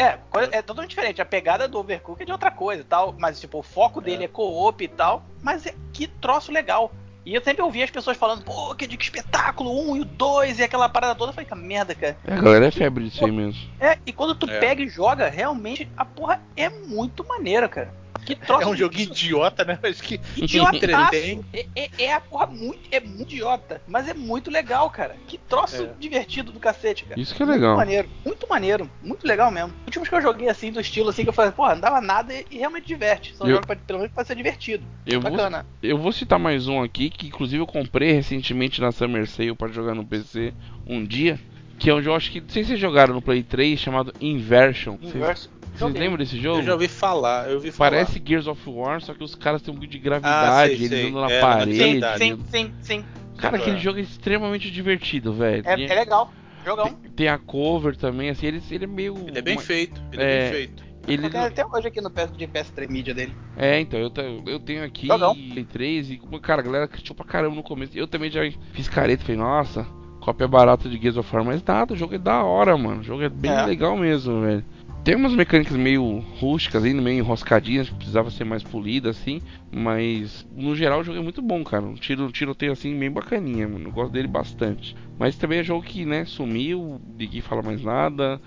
Speaker 3: É totalmente diferente. A pegada do Overcooked é de outra coisa e tal, mas tipo, o foco dele é co-op e tal, mas que troço legal. E eu sempre ouvi as pessoas falando, pô, que espetáculo, 1 e o 2 e aquela parada toda. Eu falei, que merda, cara.
Speaker 2: A galera é febre disso aí mesmo.
Speaker 3: E quando tu pega e joga, realmente, a porra é muito maneira, cara. Que troço.
Speaker 4: É um joguinho idiota, né? Mas que
Speaker 3: idiotaço.
Speaker 4: entretém.
Speaker 3: É a porra muito idiota, mas é muito legal, cara. Que troço divertido do cacete, cara.
Speaker 2: Isso que é legal.
Speaker 3: Muito maneiro, muito legal mesmo. Os últimos que eu joguei assim, do estilo assim, que eu falei, porra, não dava nada e realmente diverte. São jogos pelo menos pra ser divertido. Bacana.
Speaker 2: Eu vou citar mais um aqui, que inclusive eu comprei recentemente na Summer Sale pra jogar no PC um dia. Que é um jogo, acho que, não sei se vocês jogaram no Play 3, chamado Inversion. Vocês lembram desse jogo?
Speaker 4: Eu já ouvi falar,
Speaker 2: Parece Gears of War, só que os caras têm um pouco de gravidade, eles andam na parede.
Speaker 3: Sim.
Speaker 2: Cara, aquele jogo é extremamente divertido, velho.
Speaker 3: É legal, jogão.
Speaker 2: Tem a cover também, assim, ele é meio...
Speaker 4: Ele é bem feito, bem feito.
Speaker 3: Eu tenho até hoje aqui no PS3 Media dele.
Speaker 2: Então, eu tenho aqui
Speaker 3: Jogão.
Speaker 2: Play 3 e, cara, a galera criticou pra caramba no começo. Eu também já fiz careta, falei, nossa, cópia barata de Gears of War, mas nada, o jogo é da hora, mano. O jogo é bem legal mesmo, velho. Tem umas mecânicas meio rústicas ainda, meio enroscadinhas, que precisava ser mais polida, assim. Mas, no geral, o jogo é muito bom, cara. Um tiroteio, assim, bem bacaninha, mano. Eu gosto dele bastante. Mas também é jogo que, né, sumiu, ninguém fala mais nada.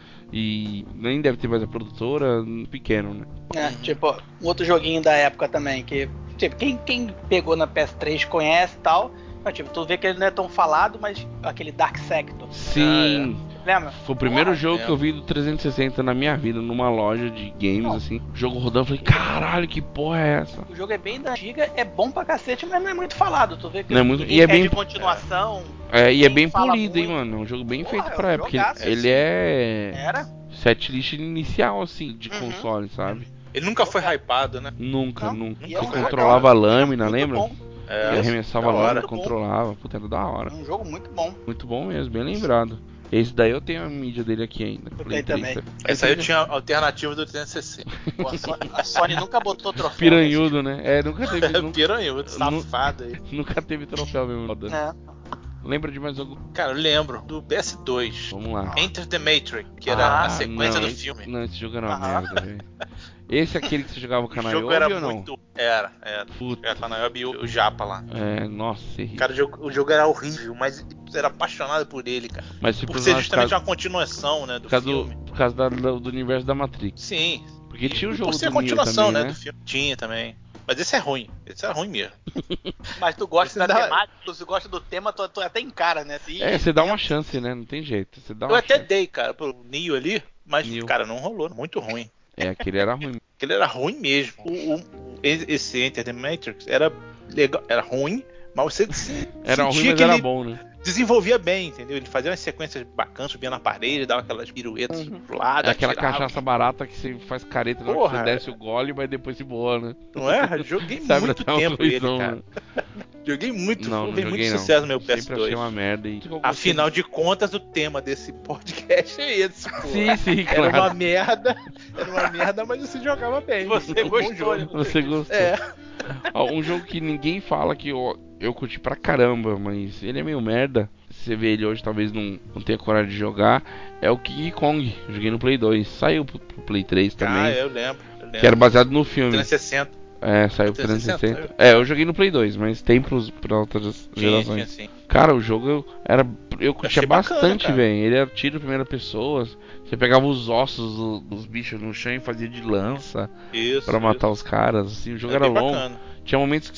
Speaker 2: E nem deve ter mais a produtora, pequeno, né?
Speaker 3: Tipo, um outro joguinho da época também, que, tipo, quem pegou na PS3 conhece e tal. Mas, tipo, tu vê que ele não é tão falado, mas aquele Dark Sector.
Speaker 2: Sim.
Speaker 3: Lembra?
Speaker 2: Foi o primeiro jogo que eu vi do 360 na minha vida, numa loja de games, assim. O jogo rodando, eu falei, caralho, que porra é essa?
Speaker 3: O jogo é bem da antiga, é bom pra cacete, mas não é muito falado. Tu vê que
Speaker 2: não é muito,
Speaker 3: ninguém
Speaker 2: e é
Speaker 3: pede
Speaker 2: bem
Speaker 3: continuação.
Speaker 2: e é bem polido,
Speaker 3: muito.
Speaker 2: hein, mano. É um jogo bem feito pra
Speaker 3: um
Speaker 2: época.
Speaker 3: jogaço,
Speaker 2: Ele é
Speaker 3: Era?
Speaker 2: setlist inicial, assim, de console, sabe?
Speaker 4: Ele nunca foi hypado, né?
Speaker 2: Nunca.
Speaker 3: E é um
Speaker 2: Você
Speaker 3: jogo
Speaker 2: controlava a lâmina,
Speaker 3: muito
Speaker 2: lembra?
Speaker 3: bom.
Speaker 2: Ele arremessava a lâmina,
Speaker 3: Muito bom.
Speaker 2: controlava. Puta, era da hora.
Speaker 3: É um jogo muito bom.
Speaker 2: Muito bom mesmo, bem lembrado. Esse daí eu tenho a mídia dele aqui ainda.
Speaker 3: Eu
Speaker 2: Play
Speaker 3: tenho
Speaker 2: 3,
Speaker 3: também.
Speaker 4: Essa aí eu tinha a alternativa do 360.
Speaker 3: Pô, a Sony nunca botou troféu.
Speaker 2: Piranhudo, né? Nunca teve.
Speaker 4: Piranhudo, safado aí.
Speaker 2: Nunca teve troféu mesmo. Lembra de mais algum?
Speaker 4: Cara, eu lembro do PS2.
Speaker 2: Vamos lá.
Speaker 4: Enter the Matrix, que era a sequência do filme.
Speaker 2: Não, esse jogo era uma merda, velho. Esse é aquele que você jogava com a
Speaker 4: O jogo
Speaker 2: Niobe
Speaker 4: era
Speaker 2: ou não?
Speaker 4: muito. Era.
Speaker 2: Puta.
Speaker 4: Era com a Niobe e o Japa lá.
Speaker 2: Nossa,
Speaker 4: Cara, o jogo era horrível, mas eu era apaixonado por ele, cara.
Speaker 2: Mas
Speaker 4: por ser justamente uma continuação, né, do filme.
Speaker 2: Por causa do universo da Matrix.
Speaker 4: Sim.
Speaker 2: Porque tinha o jogo
Speaker 4: por ser
Speaker 2: do
Speaker 4: a continuação,
Speaker 2: Neo também,
Speaker 4: né, do filme. Tinha também. Mas esse é ruim. Esse é ruim mesmo.
Speaker 3: Mas tu gosta da temática, tu gosta do tema, tu até encara, né?
Speaker 2: Você dá uma chance, né? Não tem jeito. Você dá
Speaker 4: eu até dei, cara, pro Neo ali, mas, cara, não rolou. Muito ruim.
Speaker 2: Aquele era ruim.
Speaker 4: Aquele era ruim mesmo. Esse Enter the Matrix era legal, era ruim, mas você
Speaker 2: era ruim, mas
Speaker 4: que
Speaker 2: era
Speaker 4: ele
Speaker 2: bom, né?
Speaker 4: Desenvolvia bem, entendeu? Ele fazia umas sequências bacanas, subia na parede, dava aquelas piruetas pro lado,
Speaker 2: aquela
Speaker 4: atirava.
Speaker 2: Cachaça barata que você faz careta na hora que você desce o gole, mas depois se boa, né?
Speaker 4: Não é? Joguei muito tempo ele, cara. Joguei muito, fez muito sucesso no meu PS2.
Speaker 2: Sempre achei uma merda.
Speaker 4: Afinal de contas, o tema desse podcast é esse, pô.
Speaker 2: Sim, claro.
Speaker 4: Era uma merda, mas você jogava bem.
Speaker 3: Você gostou.
Speaker 2: Você gostou. Um jogo que ninguém fala que eu curti pra caramba, mas ele é meio merda. Se você vê ele hoje, talvez não tenha coragem de jogar. É o King Kong. Eu joguei no Play 2. Saiu pro Play 3 também.
Speaker 4: Eu lembro.
Speaker 2: Que era baseado no filme.
Speaker 4: 360.
Speaker 2: Saiu pro 360. Eu joguei no Play 2, mas tem pra outras gerações.
Speaker 4: Sim.
Speaker 2: Cara, o jogo eu curtia bastante, velho. Ele era tiro em primeira pessoa. Você pegava os ossos dos bichos no chão e fazia de lança pra matar os caras. Assim, o jogo era longo. Tinha momentos que você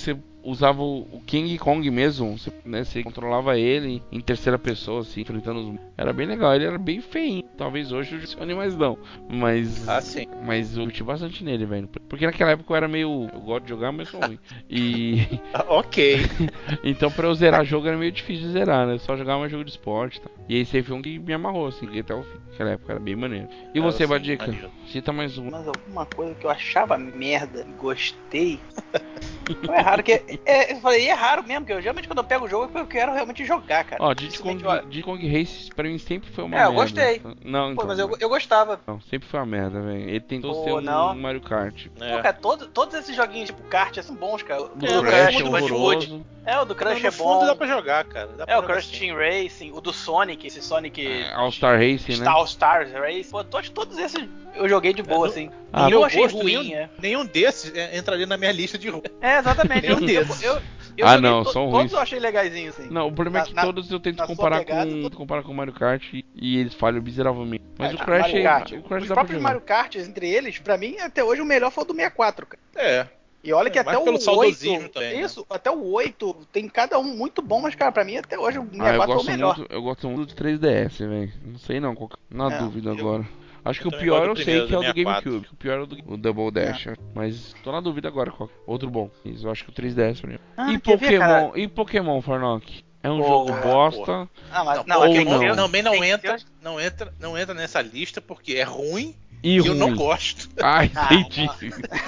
Speaker 2: usava o King Kong mesmo, né? Você controlava ele em terceira pessoa, assim, enfrentando os... Era bem legal, ele era bem feinho. Talvez hoje eu funcione mais não. Mas...
Speaker 4: sim.
Speaker 2: Mas eu curti bastante nele, velho. Porque naquela época eu era meio... Eu gosto de jogar, mas sou ruim. E...
Speaker 4: Ok.
Speaker 2: Então pra eu zerar jogo era meio difícil de zerar, né? Só jogava um jogo de esporte, tá? E esse aí foi um que me amarrou, assim, joguei até o fim. Naquela época era bem maneiro. E você, Badica? Cita mais um.
Speaker 3: Mas alguma coisa que eu achava merda e gostei. Não é raro que. Eu falei, é raro mesmo, porque eu geralmente quando eu pego o jogo é porque eu quero realmente jogar, cara.
Speaker 2: Ó, Diddy Kong Race pra mim sempre foi uma merda.
Speaker 3: eu gostei.
Speaker 2: Não, então.
Speaker 3: Pô, mas eu gostava.
Speaker 2: Não, sempre foi uma merda, velho. Ele tentou ser
Speaker 3: não.
Speaker 2: Mario Kart.
Speaker 3: Pô, cara, todos esses joguinhos tipo kart são bons, cara.
Speaker 2: O do Crash é horroroso.
Speaker 3: O do Crash
Speaker 4: no
Speaker 3: é
Speaker 4: fundo
Speaker 3: bom.
Speaker 4: dá pra jogar, cara.
Speaker 3: O Crash Team Racing, o do Sonic, esse Sonic...
Speaker 2: All-Star Racing, né?
Speaker 3: All-Stars Racing. Pô, todos esses eu joguei de boa, assim.
Speaker 2: Ah,
Speaker 3: eu achei ruim,
Speaker 4: nenhum desses entraria na minha lista de ruim.
Speaker 3: Exatamente.
Speaker 4: Nenhum desses.
Speaker 2: Eu não, são ruins.
Speaker 3: Todos eu achei legaisinhos, assim.
Speaker 2: Não, o problema é que todos eu tento comparar com o Mario Kart e eles falham miseravelmente. Mas o Crash
Speaker 3: os próprios Mario Kart, entre eles, pra mim, até hoje o melhor foi o do 64, cara. E olha que até o 8,
Speaker 4: também,
Speaker 3: isso, né? Até o 8, tem cada um muito bom, mas, cara, pra mim até hoje o 64 foi o melhor.
Speaker 2: Eu gosto muito do 3DS, velho. Não sei não, na dúvida agora. Acho que o pior eu sei que é o do GameCube. O pior é o Double Dash. Mas tô na dúvida agora qual. Outro bom. Eu acho que o 3DS pra mim. E Pokémon, Farnock? É um jogo bosta.
Speaker 3: Mas
Speaker 4: não entra nessa lista porque é ruim.
Speaker 2: E
Speaker 4: eu não gosto.
Speaker 2: Ai, entendi.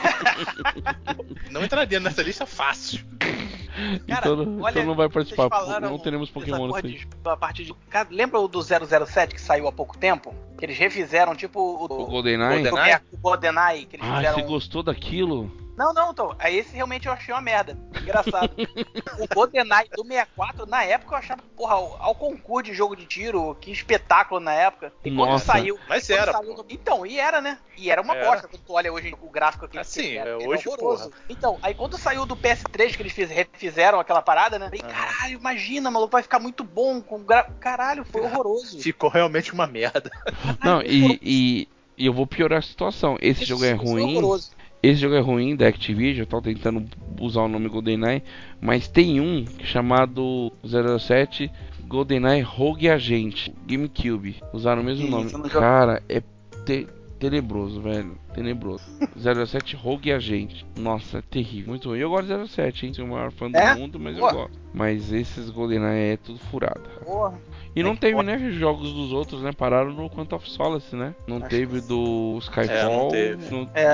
Speaker 4: Não entraria nessa lista fácil.
Speaker 3: Cara,
Speaker 2: então não vai participar. Não teremos Pokémon nessa
Speaker 3: Cara, lembra o do 007 que saiu há pouco tempo? Que eles refizeram tipo o
Speaker 2: GoldenEye?
Speaker 3: O GoldenEye que eles fizeram.
Speaker 2: Você gostou daquilo?
Speaker 3: Não, então. Esse realmente eu achei uma merda. Engraçado. O GoldenEye do 64, na época eu achava, porra, ao concurso de jogo de tiro, que espetáculo na época. E quando saiu.
Speaker 4: Mas era.
Speaker 3: Então, e era, né? E era uma bosta. Quando tu olha hoje o gráfico aqui.
Speaker 4: Assim,
Speaker 3: hoje, horroroso. Porra. Então, aí quando saiu do PS3, que eles refizeram aquela parada, né? Falei, caralho, imagina, maluco, vai ficar muito bom com Caralho, foi horroroso.
Speaker 4: Ficou realmente uma merda.
Speaker 2: Não, e eu vou piorar a situação. Esse jogo é ruim. Esse jogo é ruim da Activision, eu tô tentando usar o nome GoldenEye, mas tem um chamado 07 GoldenEye Rogue Agent, GameCube. Usaram o mesmo nome. Cara, é tenebroso, velho. Tenebroso. 07 Rogue Agent. Nossa, é terrível. Muito ruim. Eu gosto de 07, hein? Sou o maior fã do mundo, mas eu gosto. Mas esses GoldenEye é tudo furado.
Speaker 3: Porra.
Speaker 2: E não teve, né, jogos dos outros, né? Pararam no Quantum of Solace, né? Não teve do Skyfall.
Speaker 4: Não teve.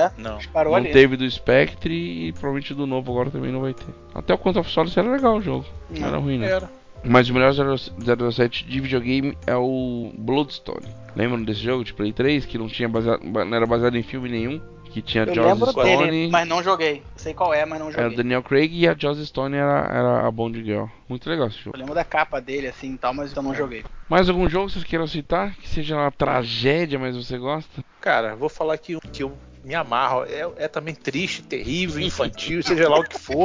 Speaker 2: Não teve do Spectre e provavelmente do novo agora também não vai ter. Até o Quantum of Solace era legal o jogo. Não era ruim, né? Mas o melhor 07 de videogame é o Bloodstone. Lembram desse jogo de Play 3? Que não era baseado em filme nenhum? Que tinha Joss Stone,
Speaker 3: dele, mas não joguei. Sei qual é, mas não joguei.
Speaker 2: Era o Daniel Craig e a Joss Stone era a Bond Girl. Muito legal esse jogo.
Speaker 3: Eu lembro da capa dele assim e tal, mas eu não joguei.
Speaker 2: Mais algum jogo que vocês queiram citar? Que seja uma tragédia, mas você gosta?
Speaker 4: Cara, vou falar aqui que eu me amarro. É também triste, terrível, infantil, seja lá o que for.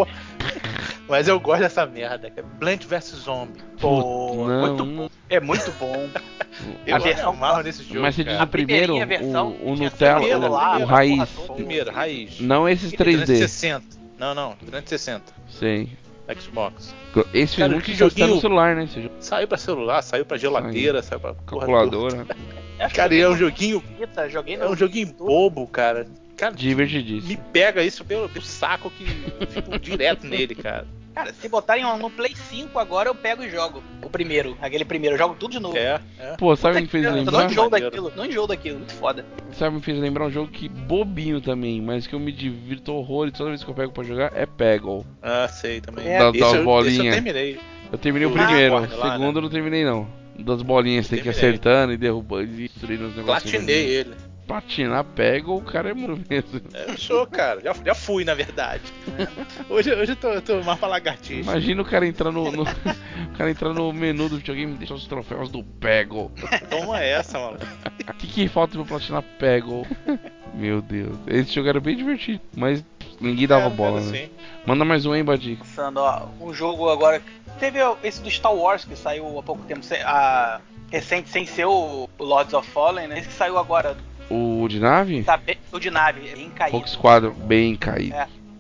Speaker 4: Mas eu gosto dessa merda. É Plant vs Zombie.
Speaker 3: Pô, é muito bom.
Speaker 4: Eu me amarro nesse jogo.
Speaker 2: Mas você diz o primeiro, o Nutella, o
Speaker 4: raiz. Primeiro, raiz.
Speaker 2: Não esses 3D.
Speaker 4: 360. Não, 360.
Speaker 2: Sei.
Speaker 4: Xbox.
Speaker 2: Esse filme que joguinho no celular, né?
Speaker 4: Saiu pra celular, saiu pra geladeira, saiu pra
Speaker 2: calculadora.
Speaker 4: Cara, é um joguinho.
Speaker 3: É
Speaker 4: um joguinho bobo, cara. Cara,
Speaker 2: divertidíssimo.
Speaker 4: Me pega isso pelo saco que fico direto nele, cara.
Speaker 3: Cara, se botarem no Play 5 agora eu pego e jogo. Aquele primeiro, eu jogo tudo de novo.
Speaker 2: Pô, sabe o que me fez lembrar?
Speaker 3: Não enjoo daquilo, muito foda.
Speaker 2: Sabe o que me fez lembrar um jogo que bobinho também, mas que eu me divirto horror e toda vez que eu pego pra jogar é Peggle.
Speaker 4: Sei também.
Speaker 2: Das bolinhas.
Speaker 4: Eu terminei.
Speaker 2: Eu terminei o primeiro, o segundo eu não terminei não. Das bolinhas, tem que ir acertando e derrubando e destruindo os negócios.
Speaker 4: Platinei ele.
Speaker 2: Platinar pega o cara é muito mesmo.
Speaker 4: Eu sou, cara. Já fui, na verdade. Hoje eu tô mais pra lagartixa.
Speaker 2: Imagina o cara entrar o cara entrar no menu do videogame e deixar os troféus do Peggle.
Speaker 4: Toma essa, mano.
Speaker 2: O que falta pra platinar Peggle? Meu Deus. Esse jogo era bem divertido, mas ninguém dava bola, né? Assim. Manda mais um, hein, Badico?
Speaker 3: Pensando, um jogo agora... Teve esse do Star Wars que saiu há pouco tempo, recente, sem ser o Lords of Fallen, né? Esse que saiu agora...
Speaker 2: O de nave?
Speaker 3: O de nave, bem caído.
Speaker 2: Rogue Squadron, bem caído.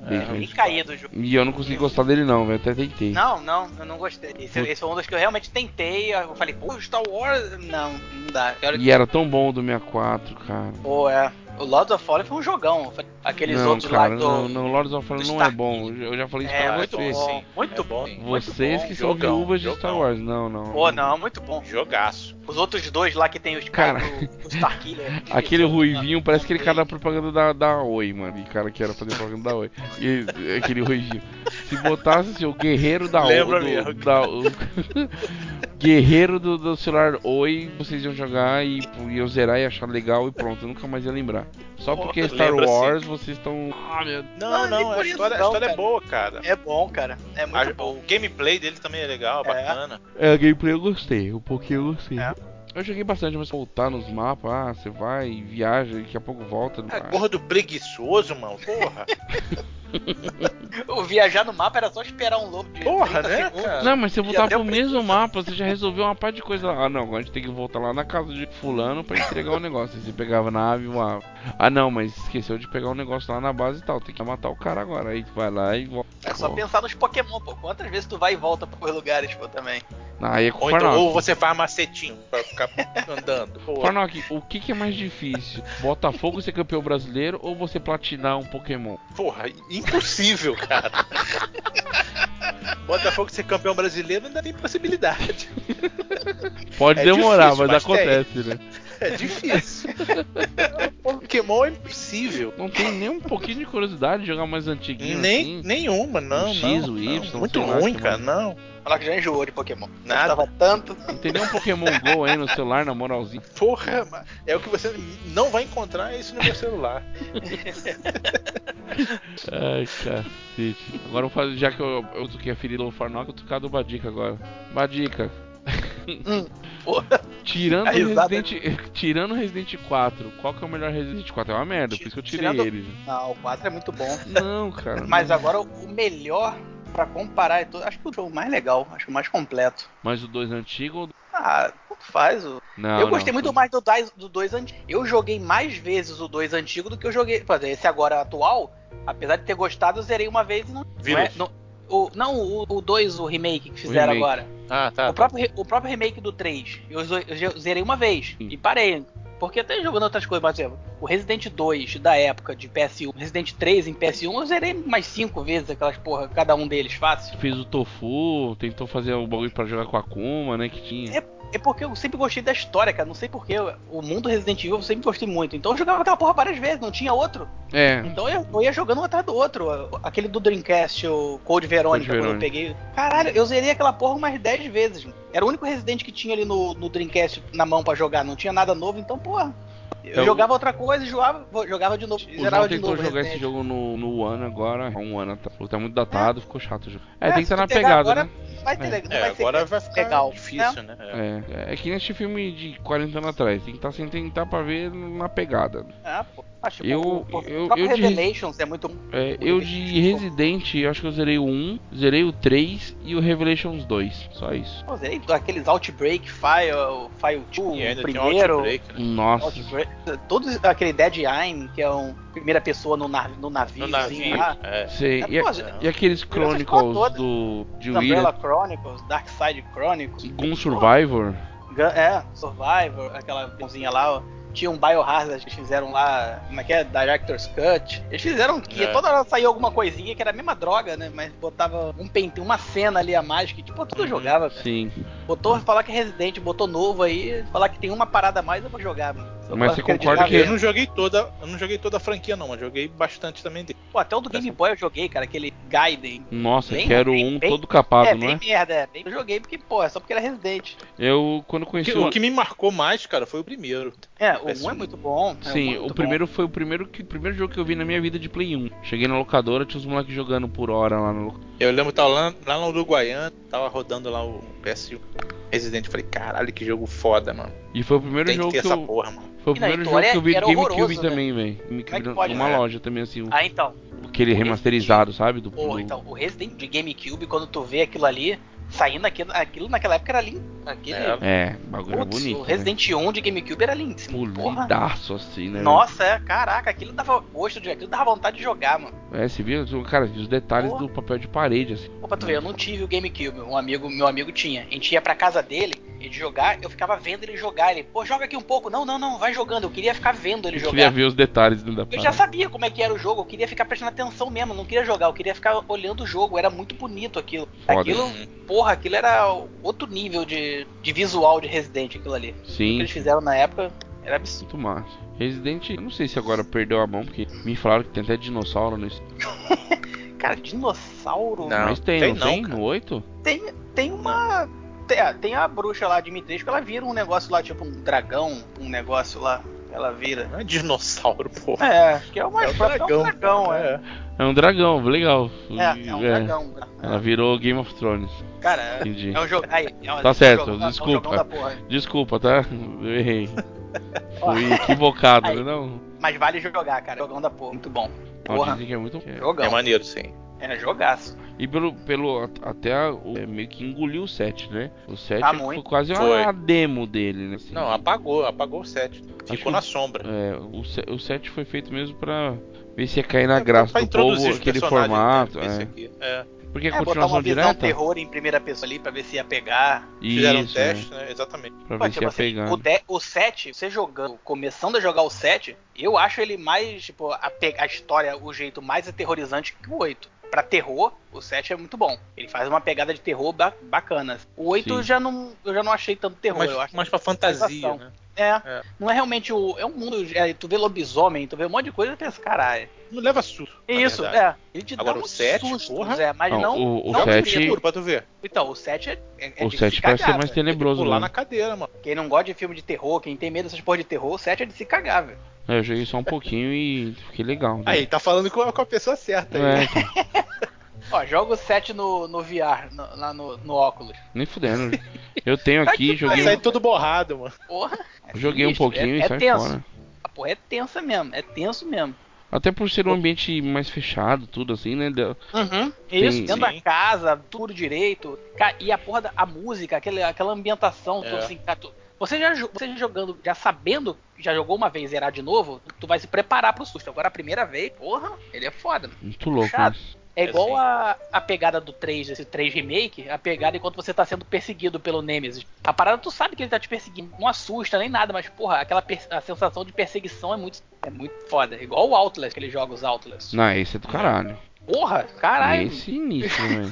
Speaker 3: Bem caído o jogo.
Speaker 2: E eu não consegui gostar dele não, velho. Até tentei.
Speaker 3: Não, eu não gostei. Esse foi um dos que eu realmente tentei. Eu falei, pô, Star Wars. Não dá.
Speaker 2: E era tão bom do 64, cara.
Speaker 3: Pô, o Lords of Fallen foi um jogão. Aqueles
Speaker 2: Não,
Speaker 3: outros
Speaker 2: cara,
Speaker 3: lá do.
Speaker 2: não, Lords of Fallen não é bom. Eu já falei isso pra
Speaker 3: Muito
Speaker 2: você.
Speaker 3: bom. Muito bom.
Speaker 2: Vocês que são
Speaker 4: Jogão,
Speaker 2: viúvas de
Speaker 4: jogão.
Speaker 2: Star Wars. Não.
Speaker 3: Pô, não, muito bom.
Speaker 4: Jogaço.
Speaker 3: Os outros dois lá que tem os
Speaker 2: Cara.
Speaker 3: caras do Starkiller.
Speaker 2: Aquele ruivinho parece aquele cara da propaganda da Oi, mano. E cara que era fazer propaganda da Oi. E aquele ruivinho. Se botasse assim, o guerreiro da Oi.
Speaker 4: Lembra mesmo.
Speaker 2: Guerreiro do celular Oi, vocês iam jogar e iam zerar e achar legal e pronto. Eu nunca mais ia lembrar. Só porque é Star
Speaker 4: lembra
Speaker 2: Wars vocês estão. Ah, meu Deus.
Speaker 4: Não,
Speaker 3: por
Speaker 4: a
Speaker 3: isso
Speaker 4: história,
Speaker 3: não,
Speaker 4: a história é
Speaker 3: cara.
Speaker 4: boa, cara.
Speaker 3: É bom, cara. É muito bom.
Speaker 4: O gameplay dele também é legal, bacana.
Speaker 2: É, a gameplay eu gostei. Um pouquinho eu gostei.
Speaker 3: É.
Speaker 2: Eu joguei bastante, mas voltar nos mapas, você vai, viaja, e daqui a pouco volta.
Speaker 4: Gordo preguiçoso, mano. Porra.
Speaker 3: O viajar no mapa era só esperar um lobo de
Speaker 4: Porra,
Speaker 3: 30
Speaker 4: né,
Speaker 3: segundos.
Speaker 4: cara?
Speaker 2: Não, mas você voltar
Speaker 3: deu
Speaker 2: pro mesmo mapa, você já resolveu uma parte de coisa lá. Ah, não, agora a gente tem que voltar lá na casa de fulano pra entregar o negócio. Aí você pegava na ave voava. Ah, não, mas esqueceu de pegar um negócio lá na base e tal. Tem que matar o cara agora. Aí tu vai lá e volta.
Speaker 3: É só pensar nos Pokémon, pô. Quantas vezes tu vai e volta pros lugares, pô, também.
Speaker 2: Aí é com
Speaker 4: Ou,
Speaker 2: o
Speaker 4: então,
Speaker 2: Farnock.
Speaker 4: ou você faz macetinho pra ficar andando. Porra.
Speaker 2: Farnock, o que é mais difícil? Botafogo ser campeão brasileiro ou você platinar um Pokémon?
Speaker 4: Porra, impossível, cara. Botafogo ser campeão brasileiro ainda tem possibilidade.
Speaker 2: Pode
Speaker 4: É
Speaker 2: demorar,
Speaker 4: difícil,
Speaker 2: mas
Speaker 4: mas tem.
Speaker 2: acontece, né?
Speaker 4: É difícil. Pokémon é impossível.
Speaker 2: Não tem nem um pouquinho de curiosidade de jogar mais antiguinho assim?
Speaker 4: Nenhuma, não.
Speaker 2: O X,
Speaker 4: não,
Speaker 2: o Y,
Speaker 4: não. Muito
Speaker 2: sei lá,
Speaker 4: ruim,
Speaker 2: que
Speaker 4: cara,
Speaker 2: mais.
Speaker 4: não.
Speaker 3: Falar que já enjoou de Pokémon.
Speaker 4: Nada.
Speaker 3: Gostava tanto.
Speaker 2: Não tem nem um Pokémon GO aí no celular, na moralzinha.
Speaker 4: Porra, é o que você não vai encontrar isso no meu celular.
Speaker 2: Ai, cacete. Agora eu vou fazer, já que eu toquei a ferida do Farnock, eu vou tocar do Badica agora. Badica.
Speaker 3: Porra.
Speaker 2: Tirando
Speaker 3: A risada-
Speaker 2: tirando Resident 4, qual que é o melhor Resident 4? É uma merda, por isso que eu tirei
Speaker 3: Tirando-
Speaker 2: ele.
Speaker 3: Não, o 4 é muito bom.
Speaker 2: Não, cara.
Speaker 3: Mas
Speaker 2: não.
Speaker 3: agora o melhor pra comparar é todo. Acho que o jogo mais legal, acho que o mais completo.
Speaker 2: Mas o 2 antigo ou...
Speaker 3: Ah, tanto faz.
Speaker 2: Não,
Speaker 3: Eu gostei
Speaker 2: não,
Speaker 3: muito mais do 2 antigo. Eu joguei mais vezes o 2 antigo do que eu joguei. Por exemplo, esse agora atual, apesar de ter gostado, eu zerei uma vez e não.
Speaker 4: Vírus.
Speaker 3: O 2, o remake que fizeram
Speaker 2: remake.
Speaker 3: agora.
Speaker 4: Ah, tá.
Speaker 3: O próprio remake do 3, eu zerei uma vez
Speaker 2: Sim.
Speaker 3: e parei. Porque até jogando outras coisas, por exemplo, o Resident 2 da época de PS1, o Resident 3 em PS1, eu zerei mais 5 vezes aquelas porra, cada um deles fácil.
Speaker 2: Fez o Tofu, tentou fazer o bagulho pra jogar com a Akuma, né, que tinha.
Speaker 3: É porque eu sempre gostei da história, cara. Não sei porquê. O mundo Resident Evil eu sempre gostei muito. Então eu jogava aquela porra várias vezes, não tinha outro.
Speaker 2: É,
Speaker 3: Então eu ia jogando um atrás do outro. Aquele do Dreamcast, o Code Veronica, quando eu peguei. Caralho, eu zerei aquela porra umas 10 vezes. Mano. Era o único Resident que tinha ali no Dreamcast na mão pra jogar. Não tinha nada novo, então, porra. Eu jogava outra coisa e jogava de novo.
Speaker 2: o
Speaker 3: Zerava
Speaker 2: João
Speaker 3: de
Speaker 2: tentou
Speaker 3: novo.
Speaker 2: jogar
Speaker 3: Resident.
Speaker 2: esse jogo no One agora, há um ano atrás. Tá muito datado, ficou chato o jogo. É, tem que
Speaker 3: se
Speaker 2: estar na
Speaker 3: tu pegar
Speaker 2: pegada,
Speaker 3: agora,
Speaker 2: né?
Speaker 3: Vai ter, não
Speaker 4: É,
Speaker 3: vai ser
Speaker 4: agora vai ficar
Speaker 3: legal.
Speaker 4: difícil, né?
Speaker 2: É que nesse filme de 40 anos atrás, tem que estar sem tentar pra ver na pegada.
Speaker 3: Pô. Acho que
Speaker 2: Eu-
Speaker 3: o
Speaker 2: eu
Speaker 3: próprio
Speaker 2: de-
Speaker 3: Revelations é muito.
Speaker 2: Eu de Resident, eu acho que eu zerei o 1, zerei o 3 e o Revelations 2. Só isso.
Speaker 3: Pô, zerei aqueles Outbreak, File 2,
Speaker 4: E ainda
Speaker 3: o
Speaker 4: tem
Speaker 3: primeiro.
Speaker 4: Outbreak, né?
Speaker 2: Nossa.
Speaker 3: Outbreak, todos aquele Dead Aim, que é um primeira pessoa no navio.
Speaker 4: No navio.
Speaker 3: Lá.
Speaker 4: É.
Speaker 2: Sei.
Speaker 3: É,
Speaker 2: E,
Speaker 3: pô,
Speaker 2: e aqueles Chronicles de
Speaker 3: Umbrella
Speaker 2: William,
Speaker 3: Chronicles, Dark Side Chronicles.
Speaker 2: Gun Survivor.
Speaker 3: Survivor, aquela coisinha lá, ó. Tinha um Biohazard que eles fizeram lá, como é que é? Director's Cut. Eles fizeram que toda hora saía alguma coisinha que era a mesma droga, né? Mas botava uma cena ali a mais que, tipo, tudo eu jogava, cara.
Speaker 2: Sim.
Speaker 3: Botou falar que é Resident, botou novo aí, falar que tem uma parada a mais, eu vou jogar, mano.
Speaker 2: Mas você concorda que-
Speaker 4: Eu não joguei toda a franquia não, mas joguei bastante também dele.
Speaker 3: Pô, até o do Game Boy eu joguei, cara, aquele Gaiden.
Speaker 2: Nossa,
Speaker 3: Bem-
Speaker 2: quero
Speaker 3: bem-
Speaker 2: um
Speaker 3: bem-
Speaker 2: todo capado, não
Speaker 3: bem
Speaker 2: é?
Speaker 3: merda, Eu joguei porque, pô, é só porque era Resident.
Speaker 2: Eu, quando conheci
Speaker 4: O que me marcou mais, cara, foi o primeiro.
Speaker 3: O 1 é muito bom.
Speaker 2: Sim, o primeiro foi o primeiro jogo que eu vi na minha vida de Play 1. Cheguei na locadora, tinha os moleques jogando por hora lá no locadora.
Speaker 4: Eu lembro que tava lá no Uruguaiana, tava rodando lá o PS1 Resident. Falei, caralho, que jogo foda, mano.
Speaker 2: E foi o primeiro
Speaker 4: Tem que
Speaker 2: jogo
Speaker 4: ter
Speaker 2: que
Speaker 4: essa
Speaker 2: eu.
Speaker 4: porra, mano.
Speaker 2: Foi o
Speaker 3: E na
Speaker 2: primeiro
Speaker 3: Vitória
Speaker 2: jogo que eu vi de
Speaker 3: era
Speaker 2: GameCube
Speaker 3: horroroso, né?
Speaker 2: também, velho.
Speaker 3: é que pode,
Speaker 2: Numa
Speaker 4: né?
Speaker 2: loja também, assim.
Speaker 3: Então.
Speaker 2: Aquele remasterizado, sabe? Do
Speaker 3: Então, o Resident de GameCube, quando tu vê aquilo ali, saindo aquilo naquela época era Aquele.
Speaker 2: O bagulho era
Speaker 3: Putz,
Speaker 2: bonito.
Speaker 3: o Resident Evil de GameCube era lindíssimo. Porra.
Speaker 2: Polidaço assim, né?
Speaker 3: Nossa, caraca, aquilo dava gosto de. Aquilo dava vontade de jogar, mano.
Speaker 2: Você viu, cara, os detalhes
Speaker 3: Porra.
Speaker 2: do papel de parede, assim.
Speaker 3: Pô, pra tu ver, eu não tive o GameCube, meu amigo tinha. A gente ia pra casa dele, ele jogar, eu ficava vendo ele jogar. Ele, pô, joga aqui um pouco. Não, vai jogando. Eu queria ficar vendo ele
Speaker 2: Eu
Speaker 3: jogar.
Speaker 2: queria ver os detalhes da
Speaker 3: Eu
Speaker 2: parede.
Speaker 3: já sabia como é que era o jogo, eu queria ficar prestando atenção mesmo, não queria jogar, eu queria ficar olhando o jogo, era muito bonito aquilo.
Speaker 2: Foda.
Speaker 3: Aquilo era outro nível de visual de Resident, aquilo ali. O que
Speaker 2: Sim,
Speaker 3: eles fizeram na época era absurdo.
Speaker 2: muito massa. Resident, eu não sei se agora perdeu a mão, porque me falaram que tem até dinossauro nesse.
Speaker 3: Cara, dinossauro.
Speaker 4: Não,
Speaker 2: Mas tem,
Speaker 4: tem
Speaker 2: não
Speaker 4: não,
Speaker 2: tem?
Speaker 4: cara.
Speaker 2: No 8?
Speaker 3: Tem uma. Tem a bruxa lá de Dimitrescu, ela vira um negócio lá, tipo um dragão, um negócio lá. Ela vira.
Speaker 4: Não é dinossauro, porra.
Speaker 3: É, que é o mais
Speaker 4: É um
Speaker 3: próximo,
Speaker 4: dragão.
Speaker 3: é um dragão, é.
Speaker 2: É um dragão, legal.
Speaker 3: É um dragão.
Speaker 2: Ela virou Game of Thrones.
Speaker 3: Cara,
Speaker 2: Entendi.
Speaker 3: é um jogo. Aí,
Speaker 2: Tá certo,
Speaker 3: é um
Speaker 2: desculpa.
Speaker 3: jogão da porra.
Speaker 2: Desculpa, tá? Eu errei.
Speaker 3: Ó,
Speaker 2: Fui equivocado,
Speaker 3: aí.
Speaker 2: né? Não.
Speaker 3: Mas vale jogar, cara. Jogão da porra. Muito bom.
Speaker 2: Não,
Speaker 3: Porra.
Speaker 2: dizem que é muito.
Speaker 3: Jogão.
Speaker 4: É maneiro, sim.
Speaker 3: É jogaço.
Speaker 2: E até meio que engoliu o 7, né? O 7
Speaker 3: Ah,
Speaker 2: foi
Speaker 3: muito.
Speaker 2: quase
Speaker 4: Foi.
Speaker 2: uma demo dele, né? Assim.
Speaker 4: Não, apagou o 7.
Speaker 2: Acho
Speaker 4: Ficou
Speaker 2: que
Speaker 4: na sombra.
Speaker 2: o 7 foi feito mesmo pra ver se ia cair na graça
Speaker 4: pra
Speaker 2: do
Speaker 4: introduzir
Speaker 2: povo,
Speaker 4: os
Speaker 2: aquele
Speaker 4: personagens,
Speaker 2: formato.
Speaker 4: né, esse aqui.
Speaker 2: Porque é
Speaker 3: Botar
Speaker 2: continuação
Speaker 3: uma visão
Speaker 2: direta.
Speaker 3: terror em primeira pessoa ali pra ver se ia pegar.
Speaker 4: Fizeram um
Speaker 2: Isso,
Speaker 4: teste, né? Exatamente.
Speaker 2: pra
Speaker 3: Pô,
Speaker 2: ver se
Speaker 3: tipo
Speaker 2: ia
Speaker 3: assim,
Speaker 2: pegar.
Speaker 3: o 7, você jogando, começando a jogar o 7, eu acho ele mais, tipo, a história, o jeito mais aterrorizante que o 8. Pra terror, o 7 é muito bom. Ele faz uma pegada de terror bacana. O 8
Speaker 2: Sim.
Speaker 3: eu já não achei tanto terror, eu acho.
Speaker 4: Mas pra fantasia,
Speaker 3: ação.
Speaker 4: né?
Speaker 3: Não é realmente é um mundo. Tu vê lobisomem, tu vê um monte de coisa e pensa, caralho.
Speaker 4: Não leva susto.
Speaker 3: É
Speaker 4: na
Speaker 3: isso,
Speaker 4: verdade.
Speaker 3: Ele te
Speaker 4: Agora
Speaker 3: dá
Speaker 4: o
Speaker 3: uns
Speaker 4: 7,
Speaker 3: sustos,
Speaker 4: porra.
Speaker 3: mas
Speaker 2: Não,
Speaker 3: não.
Speaker 2: o
Speaker 3: não
Speaker 2: 7
Speaker 3: medo.
Speaker 4: Escuro pra tu ver.
Speaker 3: Então, o 7 é
Speaker 2: O
Speaker 3: de
Speaker 2: 7
Speaker 3: se
Speaker 2: parece ser
Speaker 3: cagar,
Speaker 2: mais
Speaker 3: velho.
Speaker 2: tenebroso,
Speaker 4: Pular
Speaker 2: né?
Speaker 4: na cadeira, mano.
Speaker 3: Quem não gosta de filme de terror, quem tem medo dessas porra de terror, o 7 é de se cagar, velho.
Speaker 2: Eu joguei só um pouquinho e fiquei legal. Né?
Speaker 4: Aí, tá falando com a pessoa certa aí.
Speaker 2: Então,
Speaker 3: Ó, joga o 7 no VR, lá no óculos.
Speaker 2: nem fudendo. Eu tenho aqui,
Speaker 3: que
Speaker 2: joguei,
Speaker 4: Sai todo borrado, mano.
Speaker 3: Porra.
Speaker 2: joguei um
Speaker 3: sinistro,
Speaker 2: pouquinho e
Speaker 3: é
Speaker 2: sai
Speaker 3: tenso.
Speaker 2: fora.
Speaker 3: A porra é tensa mesmo, é tenso mesmo.
Speaker 2: Até por ser um ambiente mais fechado, tudo assim, né?
Speaker 3: Uhum. Isso, dentro da
Speaker 4: sim.
Speaker 3: casa, tudo direito. E a porra a música, aquela ambientação, tudo assim, cara, você já jogando, já sabendo, já jogou uma vez zerar de novo, tu vai se preparar pro susto. Agora a primeira vez, porra, ele é foda.
Speaker 2: Muito louco,
Speaker 3: Puxado.
Speaker 2: né?
Speaker 3: É igual
Speaker 4: assim.
Speaker 3: a pegada do 3, esse 3 remake, a pegada enquanto você tá sendo perseguido pelo Nemesis. A parada tu sabe que ele tá te perseguindo, não assusta nem nada, mas porra, a sensação de perseguição é muito foda. Igual o Outlast, aqueles jogos Outlast.
Speaker 2: Não, esse é do caralho.
Speaker 3: Porra, caralho.
Speaker 2: Esse sinistro, velho.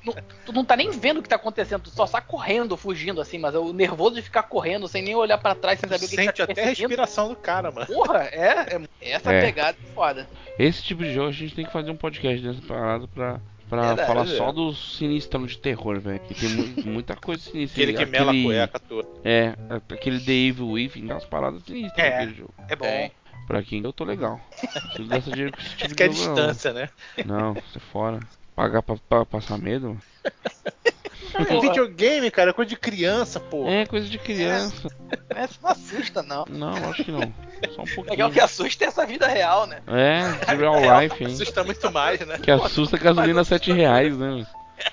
Speaker 3: Tu não tá nem vendo o que tá acontecendo, tu só sai correndo, fugindo assim, mas o nervoso de ficar correndo sem nem olhar pra trás, sem saber o que tá
Speaker 4: Sente
Speaker 3: te
Speaker 4: até a
Speaker 3: perseguindo.
Speaker 4: respiração do cara, mano.
Speaker 3: Porra, essa pegada é foda.
Speaker 2: Esse tipo de jogo a gente tem que fazer um podcast dessa parada pra
Speaker 3: Verdade,
Speaker 2: falar
Speaker 4: é.
Speaker 2: só dos sinistrão de terror, velho. Que tem muita coisa sinistra.
Speaker 4: Aquele que mela a cueca toda.
Speaker 2: Aquele The Evil Within, tem umas paradas sinistras naquele jogo.
Speaker 3: É bom.
Speaker 4: Tem.
Speaker 2: Pra quem eu tô legal. Você gasta dinheiro com esse tipo
Speaker 4: Isso que é
Speaker 2: de jogo,
Speaker 4: distância, né?
Speaker 2: não. Não, sai fora. Pagar pra passar medo?
Speaker 4: É videogame, cara, é coisa de criança, pô.
Speaker 2: É coisa de criança.
Speaker 3: Essa não assusta, não.
Speaker 2: Não, acho que não. Só um
Speaker 3: É que o
Speaker 2: pouquinho.
Speaker 3: que assusta é essa vida real, né?
Speaker 2: É, de real life, hein?
Speaker 4: Assusta muito mais, né?
Speaker 2: Que assusta a gasolina R$7, né?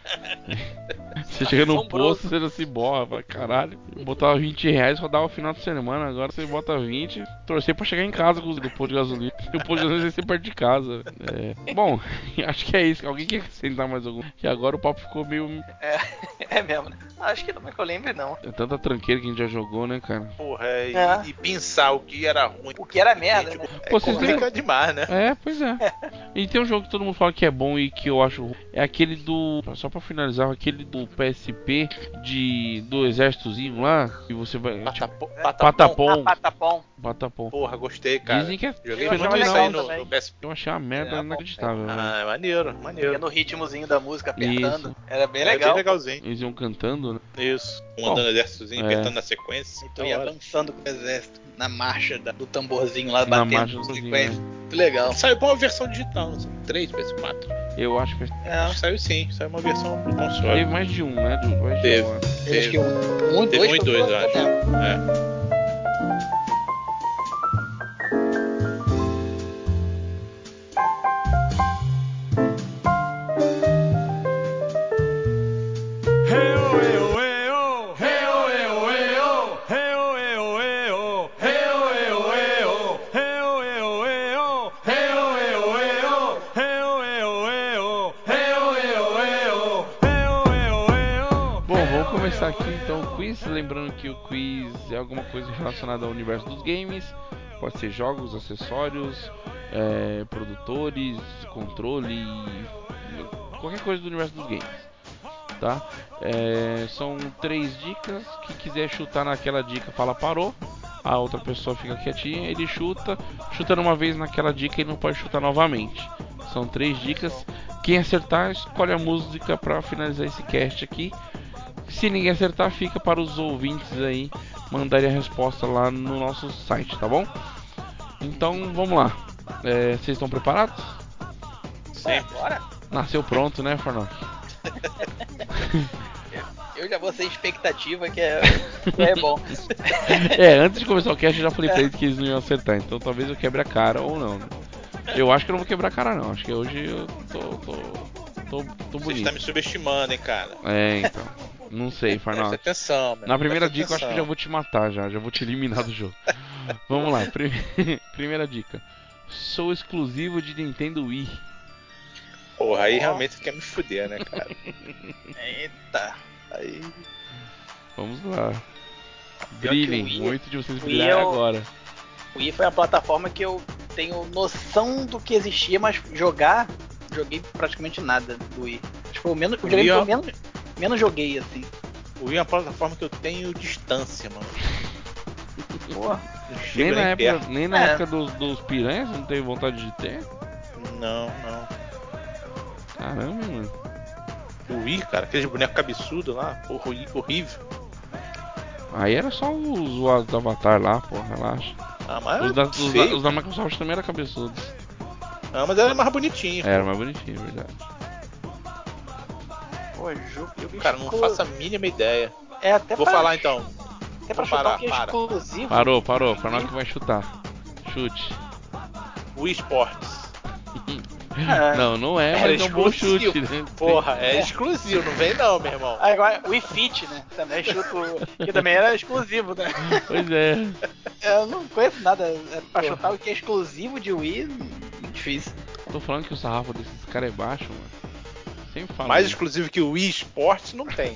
Speaker 2: Você chega no
Speaker 3: Assombroso.
Speaker 2: posto, você já se borra, fala, caralho. Eu botava R$20, rodava o final de semana, agora você bota 20, torcer pra chegar em casa com do posto de gasolina. E o posto de gasolina vai ser perto de casa. Bom, acho que é isso. Alguém quer acrescentar mais algum? Que agora o papo ficou meio.
Speaker 3: É mesmo, né? Acho que não é que eu lembre, não.
Speaker 2: É tanta tranqueira que a gente já jogou, né, cara?
Speaker 4: Porra,
Speaker 3: É.
Speaker 4: e pensar o que era ruim.
Speaker 3: O que era merda,
Speaker 4: Tipo,
Speaker 3: né?
Speaker 2: Pô, vocês
Speaker 4: complica demais, né?
Speaker 2: Pois é. E tem um jogo que todo mundo fala que é bom e que eu acho ruim. É aquele do. Só pra finalizar, aquele do PSP do exércitozinho lá. Que você vai. Patapom.
Speaker 3: Patapom.
Speaker 2: Patapom.
Speaker 4: Porra, gostei, cara.
Speaker 2: Dizem que é
Speaker 4: Joguei
Speaker 3: Eu
Speaker 4: muito
Speaker 3: achava
Speaker 4: isso aí
Speaker 3: legal
Speaker 4: no
Speaker 3: também.
Speaker 4: PSP.
Speaker 2: Eu achei uma merda
Speaker 3: É,
Speaker 2: inacreditável, velho.
Speaker 4: Ah, é maneiro,
Speaker 3: Ia
Speaker 4: maneiro.
Speaker 3: no ritmozinho da música apertando.
Speaker 2: Isso.
Speaker 3: Era bem
Speaker 4: É
Speaker 3: legal.
Speaker 4: bem legalzinho.
Speaker 2: Eles iam cantando, né?
Speaker 4: Isso. Mandando exércitozinho, apertando na sequência.
Speaker 3: E tu ia avançando com o exército na marcha do tamborzinho lá,
Speaker 2: Na
Speaker 3: batendo
Speaker 2: marcha do
Speaker 3: em
Speaker 2: tamborzinho,
Speaker 3: sequência. Muito legal.
Speaker 4: Saiu pra uma versão digital, não sei, 3, PS4.
Speaker 2: Eu acho que
Speaker 4: Acho que saiu sim, saiu uma versão do
Speaker 2: teve
Speaker 4: console.
Speaker 2: mais de um, né? Mais de
Speaker 4: Teve.
Speaker 2: um, né?
Speaker 3: Eu acho que um e
Speaker 4: Teve
Speaker 3: dois.
Speaker 4: um e
Speaker 3: foi
Speaker 4: dois,
Speaker 3: pro
Speaker 4: eu acho.
Speaker 3: tempo.
Speaker 4: É.
Speaker 1: Hey oh, hey oh, hey oh, hey oh,
Speaker 2: começar aqui então o quiz. Lembrando que o quiz é alguma coisa relacionada ao universo dos games. Pode ser jogos, acessórios, produtores, controle, qualquer coisa do universo dos games. Tá? São 3 dicas. Quem quiser chutar naquela dica fala parou. A outra pessoa fica quietinha, ele chutando uma vez naquela dica e não pode chutar novamente. São 3 dicas. Quem acertar escolhe a música para finalizar esse cast aqui. Se ninguém acertar, fica para os ouvintes aí mandarem a resposta lá no nosso site, tá bom? Então vamos lá. Vocês estão preparados?
Speaker 4: Sempre.
Speaker 3: Bora.
Speaker 2: Nasceu pronto, né, Farnock?
Speaker 3: Eu já vou sem expectativa, que é bom.
Speaker 2: Antes de começar o cast eu já falei pra eles que eles não iam acertar. Então talvez eu quebre a cara ou não. Eu acho que eu não vou quebrar a cara não. Acho que hoje eu tô
Speaker 4: Você
Speaker 2: bonito.
Speaker 4: está me subestimando, hein, cara.
Speaker 2: Então. Não sei,
Speaker 4: Presta
Speaker 2: Farnock.
Speaker 4: atenção, meu.
Speaker 2: Na primeira
Speaker 4: Presta
Speaker 2: dica eu acho que eu já
Speaker 4: atenção.
Speaker 2: vou te matar já vou te eliminar do jogo. Vamos lá, primeira dica. Sou exclusivo de Nintendo Wii.
Speaker 4: Porra, aí realmente você quer me fuder, né, cara?
Speaker 3: Eita.
Speaker 4: Aí.
Speaker 2: Vamos lá.
Speaker 3: Pior que o
Speaker 2: Brilhem,
Speaker 3: Wii-
Speaker 2: muito de vocês
Speaker 3: o Wii
Speaker 2: brilharem
Speaker 3: é o-
Speaker 2: agora.
Speaker 3: O Wii foi a plataforma que eu tenho noção do que existia, mas joguei praticamente nada do Wii. Acho que foi o videogame que eu menos joguei, assim.
Speaker 4: O Wii é uma plataforma que eu tenho distância, mano.
Speaker 3: Porra.
Speaker 4: Não chego nem perto.
Speaker 2: Nem na época dos piranhas, não teve vontade de ter?
Speaker 4: Não.
Speaker 2: Caramba, mano.
Speaker 4: O Wii, cara, aqueles bonecos cabeçudos lá, porra, horrível.
Speaker 2: Aí era só os zoados do Avatar lá, pô, relaxa.
Speaker 4: Ah, mas
Speaker 2: Os da Microsoft também eram cabeçudos.
Speaker 4: Ah, mas era mais bonitinho.
Speaker 2: Era mais bonitinho, é verdade.
Speaker 3: Pô, jogo.
Speaker 4: Cara, não faço a mínima ideia.
Speaker 3: Até
Speaker 4: Vou falar então.
Speaker 3: Até pra
Speaker 4: Vou
Speaker 3: chutar
Speaker 4: parar,
Speaker 3: o que é
Speaker 4: para.
Speaker 3: exclusivo.
Speaker 2: Parou. Farnock que vai chutar. Chute.
Speaker 4: Wii Sports.
Speaker 2: Não é,
Speaker 4: Era
Speaker 2: mas é um bom
Speaker 4: exclusivo.
Speaker 2: chute, né?
Speaker 4: Porra, é exclusivo, não vem não, meu irmão.
Speaker 3: Agora, o Wii Fit, né? Também chuto. Que também era exclusivo, né?
Speaker 2: Pois é.
Speaker 3: Eu não conheço nada. Pra chutar o que é exclusivo de Wii, difícil.
Speaker 2: Tô falando que o sarrafo desses caras é baixo, mano. Sempre falo.
Speaker 4: Mais
Speaker 2: isso.
Speaker 4: exclusivo que o Wii Sports não tem.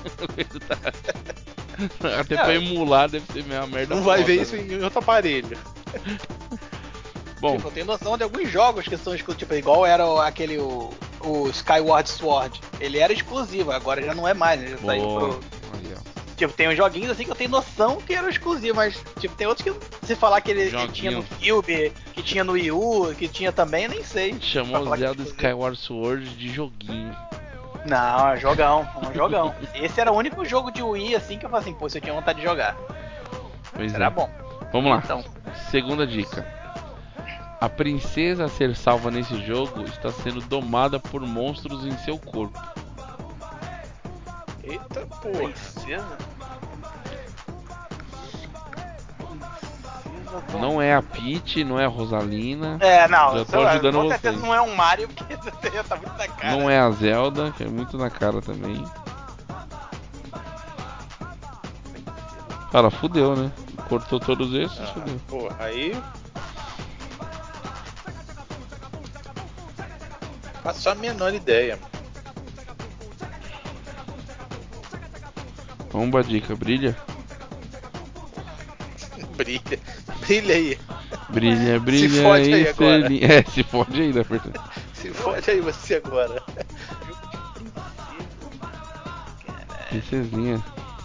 Speaker 2: Até pra emular deve ser uma merda.
Speaker 4: Não vai
Speaker 2: foda,
Speaker 4: ver isso
Speaker 2: né?
Speaker 4: em outro aparelho.
Speaker 2: Bom,
Speaker 3: Tipo, eu tenho noção de alguns jogos que são exclusivos. Tipo, igual era o Skyward Sword. Ele era exclusivo, agora já não é mais, né? Já saiu pro.
Speaker 2: Aí, ó.
Speaker 3: Tipo, tem uns joguinhos assim que eu tenho noção que eram exclusivos, mas tipo, tem outros que se falar que ele tinha no Cube, que tinha no Wii U, que tinha também, eu nem sei.
Speaker 2: Chamou
Speaker 3: Pra
Speaker 2: o
Speaker 3: falar que é
Speaker 2: Zelda
Speaker 3: exclusivo.
Speaker 2: Skyward Sword de joguinho.
Speaker 3: Não, é um jogão. Esse era o único jogo de Wii assim que eu falei assim, pô, isso eu tinha vontade de jogar.
Speaker 2: Pois
Speaker 3: Era
Speaker 2: é.
Speaker 3: bom.
Speaker 2: Vamos lá.
Speaker 3: Então,
Speaker 2: Segunda dica. A princesa a ser salva nesse jogo está sendo domada por monstros em seu corpo.
Speaker 4: Eita porra.
Speaker 3: princesa?
Speaker 2: Não é a Peach, não é a Rosalina.
Speaker 3: Não,
Speaker 2: Já tô ajudando
Speaker 3: com
Speaker 2: vocês.
Speaker 3: certeza não é um Mario, porque você já tá muito na cara.
Speaker 2: Não é a Zelda, que é muito na cara também. Cara, fudeu, né? Cortou todos esses, fudeu.
Speaker 4: Porra, aí. Faço a menor ideia.
Speaker 2: Vamos pra dica, brilha?
Speaker 4: Brilha aí.
Speaker 2: Brilha,
Speaker 4: Se fode aí agora.
Speaker 2: estrelinha. Se fode aí, na verdade.
Speaker 4: Se fode aí você agora.
Speaker 2: Princesinha.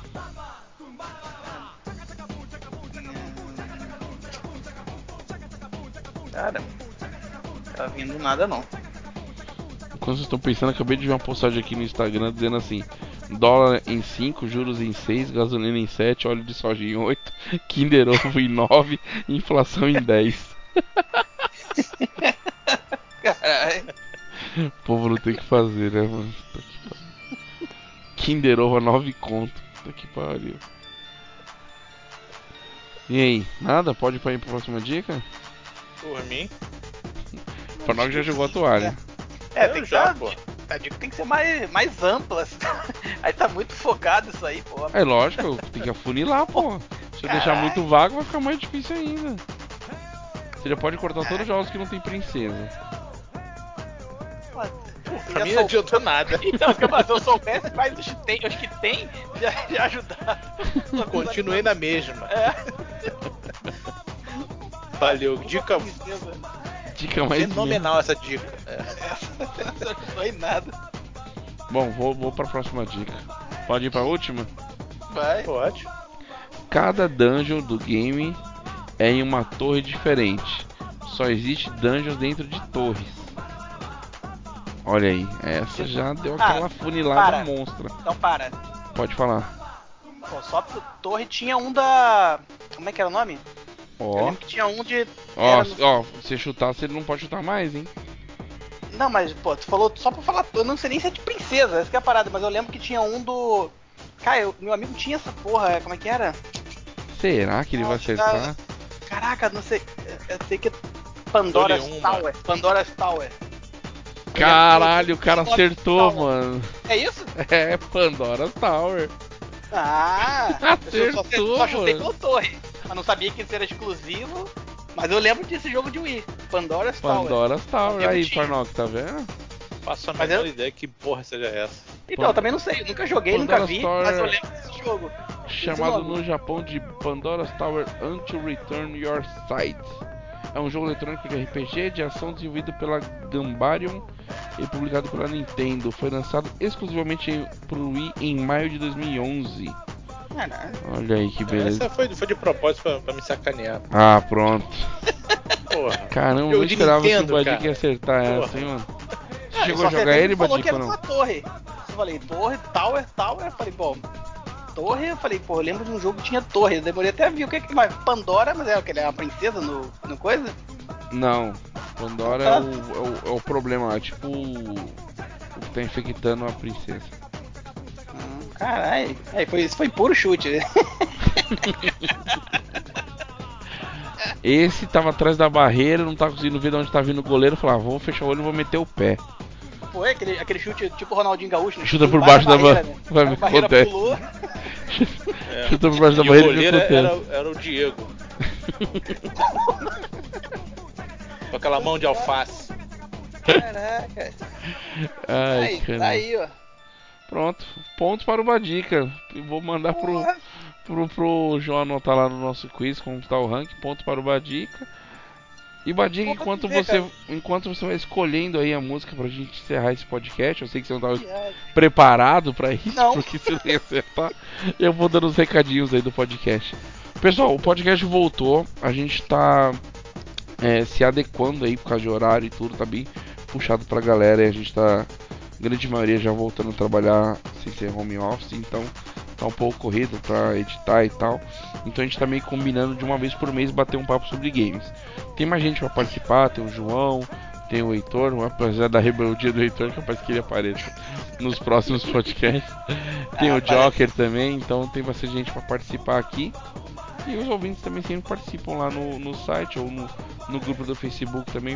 Speaker 3: Cara, tá vindo nada não.
Speaker 2: Enquanto vocês estão pensando, acabei de ver uma postagem aqui no Instagram dizendo assim: dólar em 5, juros em 6, gasolina em 7, óleo de soja em 8, Kinder Ovo em 9, inflação em 10.
Speaker 3: Caralho.
Speaker 2: O povo não tem o que fazer, né, mano? Puta que pariu. Kinder Ovo a 9 conto. Puta que pariu. E aí, nada? Pode ir pra próxima dica?
Speaker 4: Por mim.
Speaker 2: O Farnock já jogou a toalha.
Speaker 3: Tem que
Speaker 4: já,
Speaker 3: ser.
Speaker 4: pô.
Speaker 3: A dica tem que ser mais ampla. Aí tá muito focado isso aí, pô.
Speaker 2: É lógico, tem que afunilar, pô. Se eu deixar
Speaker 3: Caralho.
Speaker 2: muito vago, vai ficar mais difícil ainda. Você já pode cortar todos os jogos que não tem princesa.
Speaker 3: Pô,
Speaker 4: Pra mim não adiantou nada.
Speaker 3: Então, se eu soubesse quais os que tem, já ajudaram.
Speaker 4: Continuei na mesma.
Speaker 3: É.
Speaker 4: Valeu. Dica
Speaker 2: Dica mais
Speaker 4: fenomenal essa dica.
Speaker 3: Não ajudou em nada.
Speaker 2: Bom, vou pra próxima dica. Pode ir pra última?
Speaker 3: Vai.
Speaker 4: Pode.
Speaker 2: Cada dungeon do game é em uma torre diferente. Só existe dungeons dentro de torres. Olha aí, essa já deu aquela funilada monstra.
Speaker 3: Então para.
Speaker 2: Pode falar.
Speaker 3: Pô, só torre tinha um da... Como é que era o nome? Eu
Speaker 2: Ó,
Speaker 3: lembro que tinha um de...
Speaker 2: ó, se chutar, você não pode chutar mais, hein?
Speaker 3: Não, mas, pô, tu falou só pra falar... Eu não sei nem se é de princesa, essa que é a parada. Mas eu lembro que tinha um do... Cara, meu amigo tinha essa porra, como é que era?
Speaker 2: Será que ele vai acertar?
Speaker 3: Caraca, não sei. Eu sei que é Pandora's Tower. Pandora's Tower.
Speaker 2: Caralho, o cara acertou, mano.
Speaker 3: É isso?
Speaker 2: É, Pandora's Tower.
Speaker 3: Ah!
Speaker 2: Acertou,
Speaker 3: só chutei
Speaker 2: mano.
Speaker 3: pela torre. Eu não sabia que isso era exclusivo. Mas eu lembro desse jogo de Wii. Pandora's Tower.
Speaker 2: Pandora's Tower. Aí,
Speaker 3: tinha.
Speaker 2: Farnock, tá vendo?
Speaker 4: Faço a
Speaker 3: Mas
Speaker 4: menor ideia que porra seja essa.
Speaker 3: Então, eu também não sei. Eu nunca joguei, nunca
Speaker 2: Pandora's
Speaker 3: vi.
Speaker 2: Tower,
Speaker 3: Mas eu lembro desse jogo.
Speaker 2: chamado
Speaker 3: Esse nome.
Speaker 2: no Japão de Pandora's Tower Until Return Your Sight. É um jogo eletrônico de RPG de ação desenvolvido pela Gambarium e publicado pela Nintendo. Foi lançado exclusivamente pro Wii em maio de 2011.
Speaker 3: Caralho.
Speaker 2: Olha aí que beleza.
Speaker 4: Essa foi de propósito pra me sacanear.
Speaker 2: Ah, pronto.
Speaker 4: Porra.
Speaker 2: Caramba, eu
Speaker 4: Jogo
Speaker 2: não
Speaker 4: de
Speaker 2: esperava
Speaker 4: Nintendo,
Speaker 2: que o Badic
Speaker 4: cara.
Speaker 2: ia acertar essa,
Speaker 4: Porra.
Speaker 2: hein, mano. Você
Speaker 3: Ah,
Speaker 2: chegou
Speaker 3: eu
Speaker 2: a
Speaker 3: só
Speaker 2: jogar
Speaker 3: acertei
Speaker 2: ele,
Speaker 3: que falou
Speaker 2: Badic,
Speaker 3: que era
Speaker 2: ou não?
Speaker 3: uma torre. Eu falei, torre, tower, tower. Eu falei, bom, torre, eu falei, pô, eu lembro de um jogo que tinha torre. Eu demorei até a ver o que é. Mas Pandora, mas é o que? Ele é uma princesa no coisa?
Speaker 2: Não, Pandora é o problema, é tipo o que tá infectando a princesa.
Speaker 3: Caralho. Isso foi puro chute.
Speaker 2: Esse tava atrás da barreira, não tá conseguindo ver de onde tá vindo o goleiro. Falei, vou fechar o olho e vou meter o pé.
Speaker 3: Pô, é aquele chute tipo Ronaldinho Gaúcho. Né?
Speaker 2: Chuta por baixo da barreira.
Speaker 3: Né?
Speaker 2: Vai ver o
Speaker 3: A
Speaker 2: que
Speaker 3: barreira
Speaker 2: acontece.
Speaker 3: pulou.
Speaker 2: Chuta por baixo da
Speaker 4: E o
Speaker 2: barreira e
Speaker 4: goleiro
Speaker 2: vê o que acontece.
Speaker 4: era o Diego. Com aquela mão de alface.
Speaker 3: Caraca.
Speaker 2: Ai,
Speaker 3: Aí,
Speaker 2: cara.
Speaker 3: tá aí, ó.
Speaker 2: Pronto, ponto para o Badica. Eu vou mandar pro João anotar lá no nosso quiz como está o ranking. Ponto para o Badica. E Badica, enquanto você vai escolhendo aí a música pra gente encerrar esse podcast, eu sei que você não estava preparado pra isso,
Speaker 3: Não.
Speaker 2: porque você não ia acertar. Eu vou dando os recadinhos aí do podcast. Pessoal, o podcast voltou. A gente tá se adequando aí por causa de horário e tudo, tá bem puxado pra galera. E a gente tá, grande maioria, já voltando a trabalhar sem ser home office, então tá um pouco corrido pra editar e tal. Então a gente tá meio combinando de uma vez por mês bater um papo sobre games. Tem mais gente pra participar, tem o João, tem o Heitor, apesar da rebeldia do Heitor, capaz que ele apareça nos próximos podcasts. Tem o Joker também, então tem bastante gente pra participar aqui. E os ouvintes também sempre participam lá no site ou no grupo do Facebook também,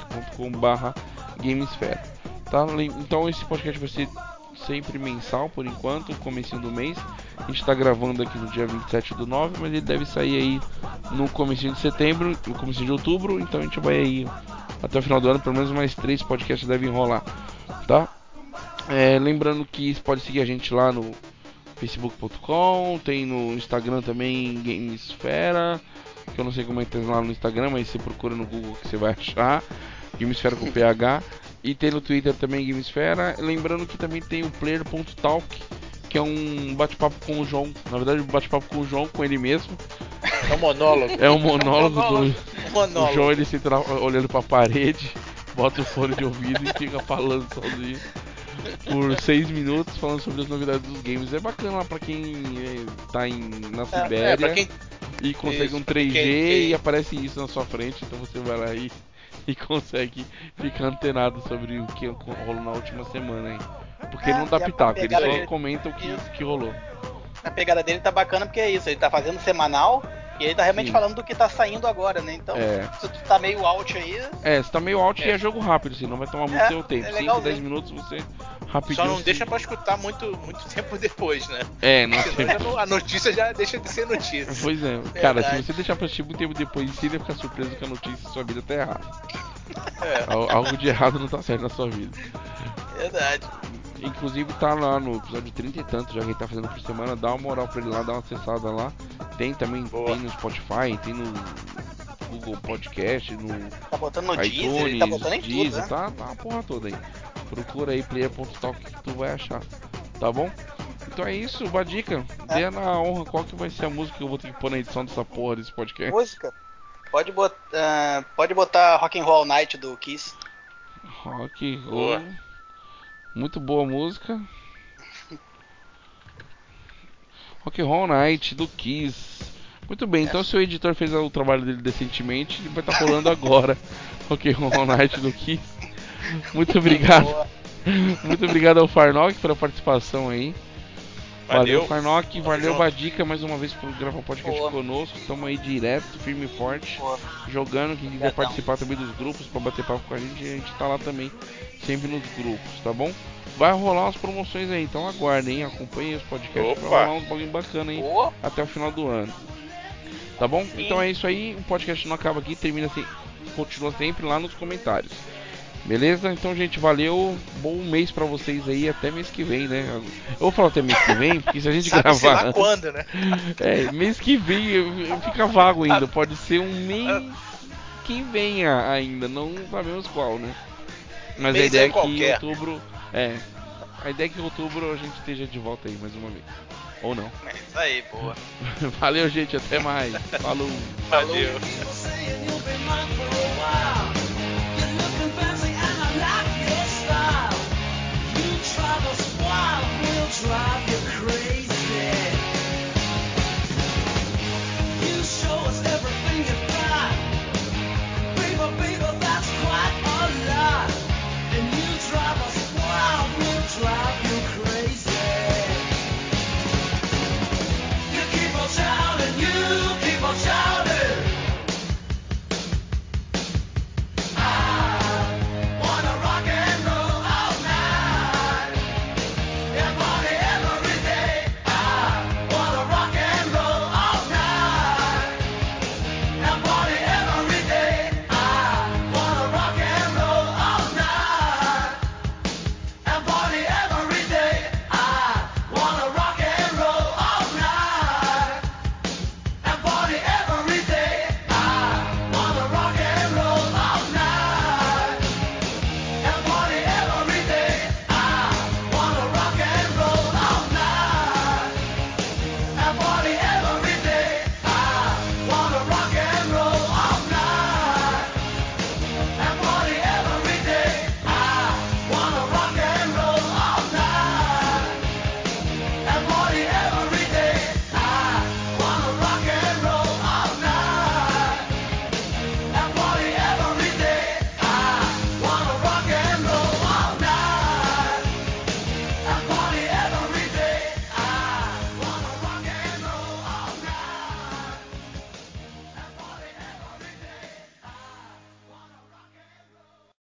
Speaker 2: facebook.com/gamesfera. Tá? Então esse podcast vai ser sempre mensal por enquanto, comecinho do mês. A gente tá gravando aqui no dia 27/9, mas ele deve sair aí no comecinho de setembro, no comecinho de outubro, então a gente vai aí até o final do ano, pelo menos mais 3 podcasts devem rolar, tá? Lembrando que você pode seguir a gente lá no facebook.com, tem no Instagram também Gamesfera, que eu não sei como é que tem lá no Instagram, mas você procura no Google que você vai achar, Gamesfera com PH. E tem no Twitter também Gamesfera. Lembrando que também tem o Player.talk, que é um bate-papo com o João. Na verdade, um bate-papo com o João, com ele mesmo.
Speaker 4: É um monólogo.
Speaker 2: É um monólogo do
Speaker 4: monólogo.
Speaker 2: O João, ele senta lá olhando pra parede, bota o fone de ouvido e fica falando sozinho por 6 minutos, falando sobre as novidades dos games. É bacana lá pra quem tá na Sibéria
Speaker 4: pra quem...
Speaker 2: e consegue
Speaker 4: Isso,
Speaker 2: um 3G
Speaker 4: quem...
Speaker 2: e aparece isso na sua frente. Então você vai lá e consegue ficar antenado sobre o que rolou na última semana, hein? Porque ele não dá pitaco, ele só comenta o que rolou.
Speaker 3: A pegada dele tá bacana porque é isso, ele tá fazendo semanal e ele tá realmente falando do que tá saindo agora, né? Então, se tu tá meio out aí...
Speaker 2: se tá meio out e é jogo rápido, assim, não vai tomar muito seu tempo. 5, 10 minutos você rapidinho...
Speaker 4: Só não deixa pra escutar muito tempo depois, né?
Speaker 2: Não.
Speaker 4: A notícia já deixa de ser notícia.
Speaker 2: Pois é, cara, se você deixar pra assistir muito tempo depois, você vai ficar surpreso que a notícia da sua vida tá errada. Algo de errado não tá certo na sua vida.
Speaker 3: Verdade.
Speaker 2: Inclusive tá lá no episódio 30 e tanto, já que ele tá fazendo por semana, dá uma moral pra ele lá, dá uma acessada lá. Tem também,
Speaker 4: Boa.
Speaker 2: tem no Spotify, tem no Google Podcast, no
Speaker 3: Tá botando no Deezer,
Speaker 2: iTunes,
Speaker 3: ele tá botando em
Speaker 2: Deezer,
Speaker 3: tudo, né?
Speaker 2: tá a porra toda aí. Procura aí player.talk que tu vai achar, tá bom? Então é isso, uma dica, dê na honra qual que vai ser a música que eu vou ter que pôr na edição dessa porra desse podcast.
Speaker 3: Música. Pode botar Rock and Roll Night do Kiss.
Speaker 2: Rock,
Speaker 4: Boa.
Speaker 2: roll, muito boa música. Rock and Roll Night do Kiss. Muito bem, então se o editor fez o trabalho dele decentemente, ele vai estar rolando agora. Rock and Roll Night do Kiss. Muito obrigado.
Speaker 3: Boa.
Speaker 2: Muito obrigado ao Farnock pela participação aí.
Speaker 4: Valeu.
Speaker 2: Farnock, valeu
Speaker 4: junto.
Speaker 2: Badica mais uma vez por gravar um podcast
Speaker 3: Boa.
Speaker 2: conosco. Estamos aí direto, firme e forte,
Speaker 3: Boa.
Speaker 2: jogando. Quem quiser
Speaker 3: Obrigadão.
Speaker 2: participar também dos grupos para bater papo com a gente tá lá também, sempre nos grupos, tá bom? Vai rolar umas promoções aí, então aguardem, acompanhem os podcasts.
Speaker 4: Opa.
Speaker 2: Vai rolar uns bagulho bacana aí
Speaker 3: Boa.
Speaker 2: até o final do ano. Tá bom?
Speaker 3: Sim.
Speaker 2: Então é isso aí, o podcast não acaba aqui, termina assim, continua sempre lá nos comentários. Beleza? Então, gente, valeu. Bom mês pra vocês aí, até mês que vem, né? Eu vou falar até mês que vem, porque se a gente
Speaker 4: Sabe-se
Speaker 2: gravar.
Speaker 4: lá quando, né?
Speaker 2: Mês que vem fica vago ainda. Pode ser um mês que venha ainda, não sabemos qual, né? Mas a
Speaker 4: Mês
Speaker 2: ideia
Speaker 4: é
Speaker 2: é que em
Speaker 4: qualquer.
Speaker 2: outubro. A ideia é que em outubro a gente esteja de volta aí mais uma vez. Ou não.
Speaker 3: É isso aí, boa.
Speaker 2: Valeu, gente, até mais. Falou.
Speaker 4: Valeu.
Speaker 5: Saying you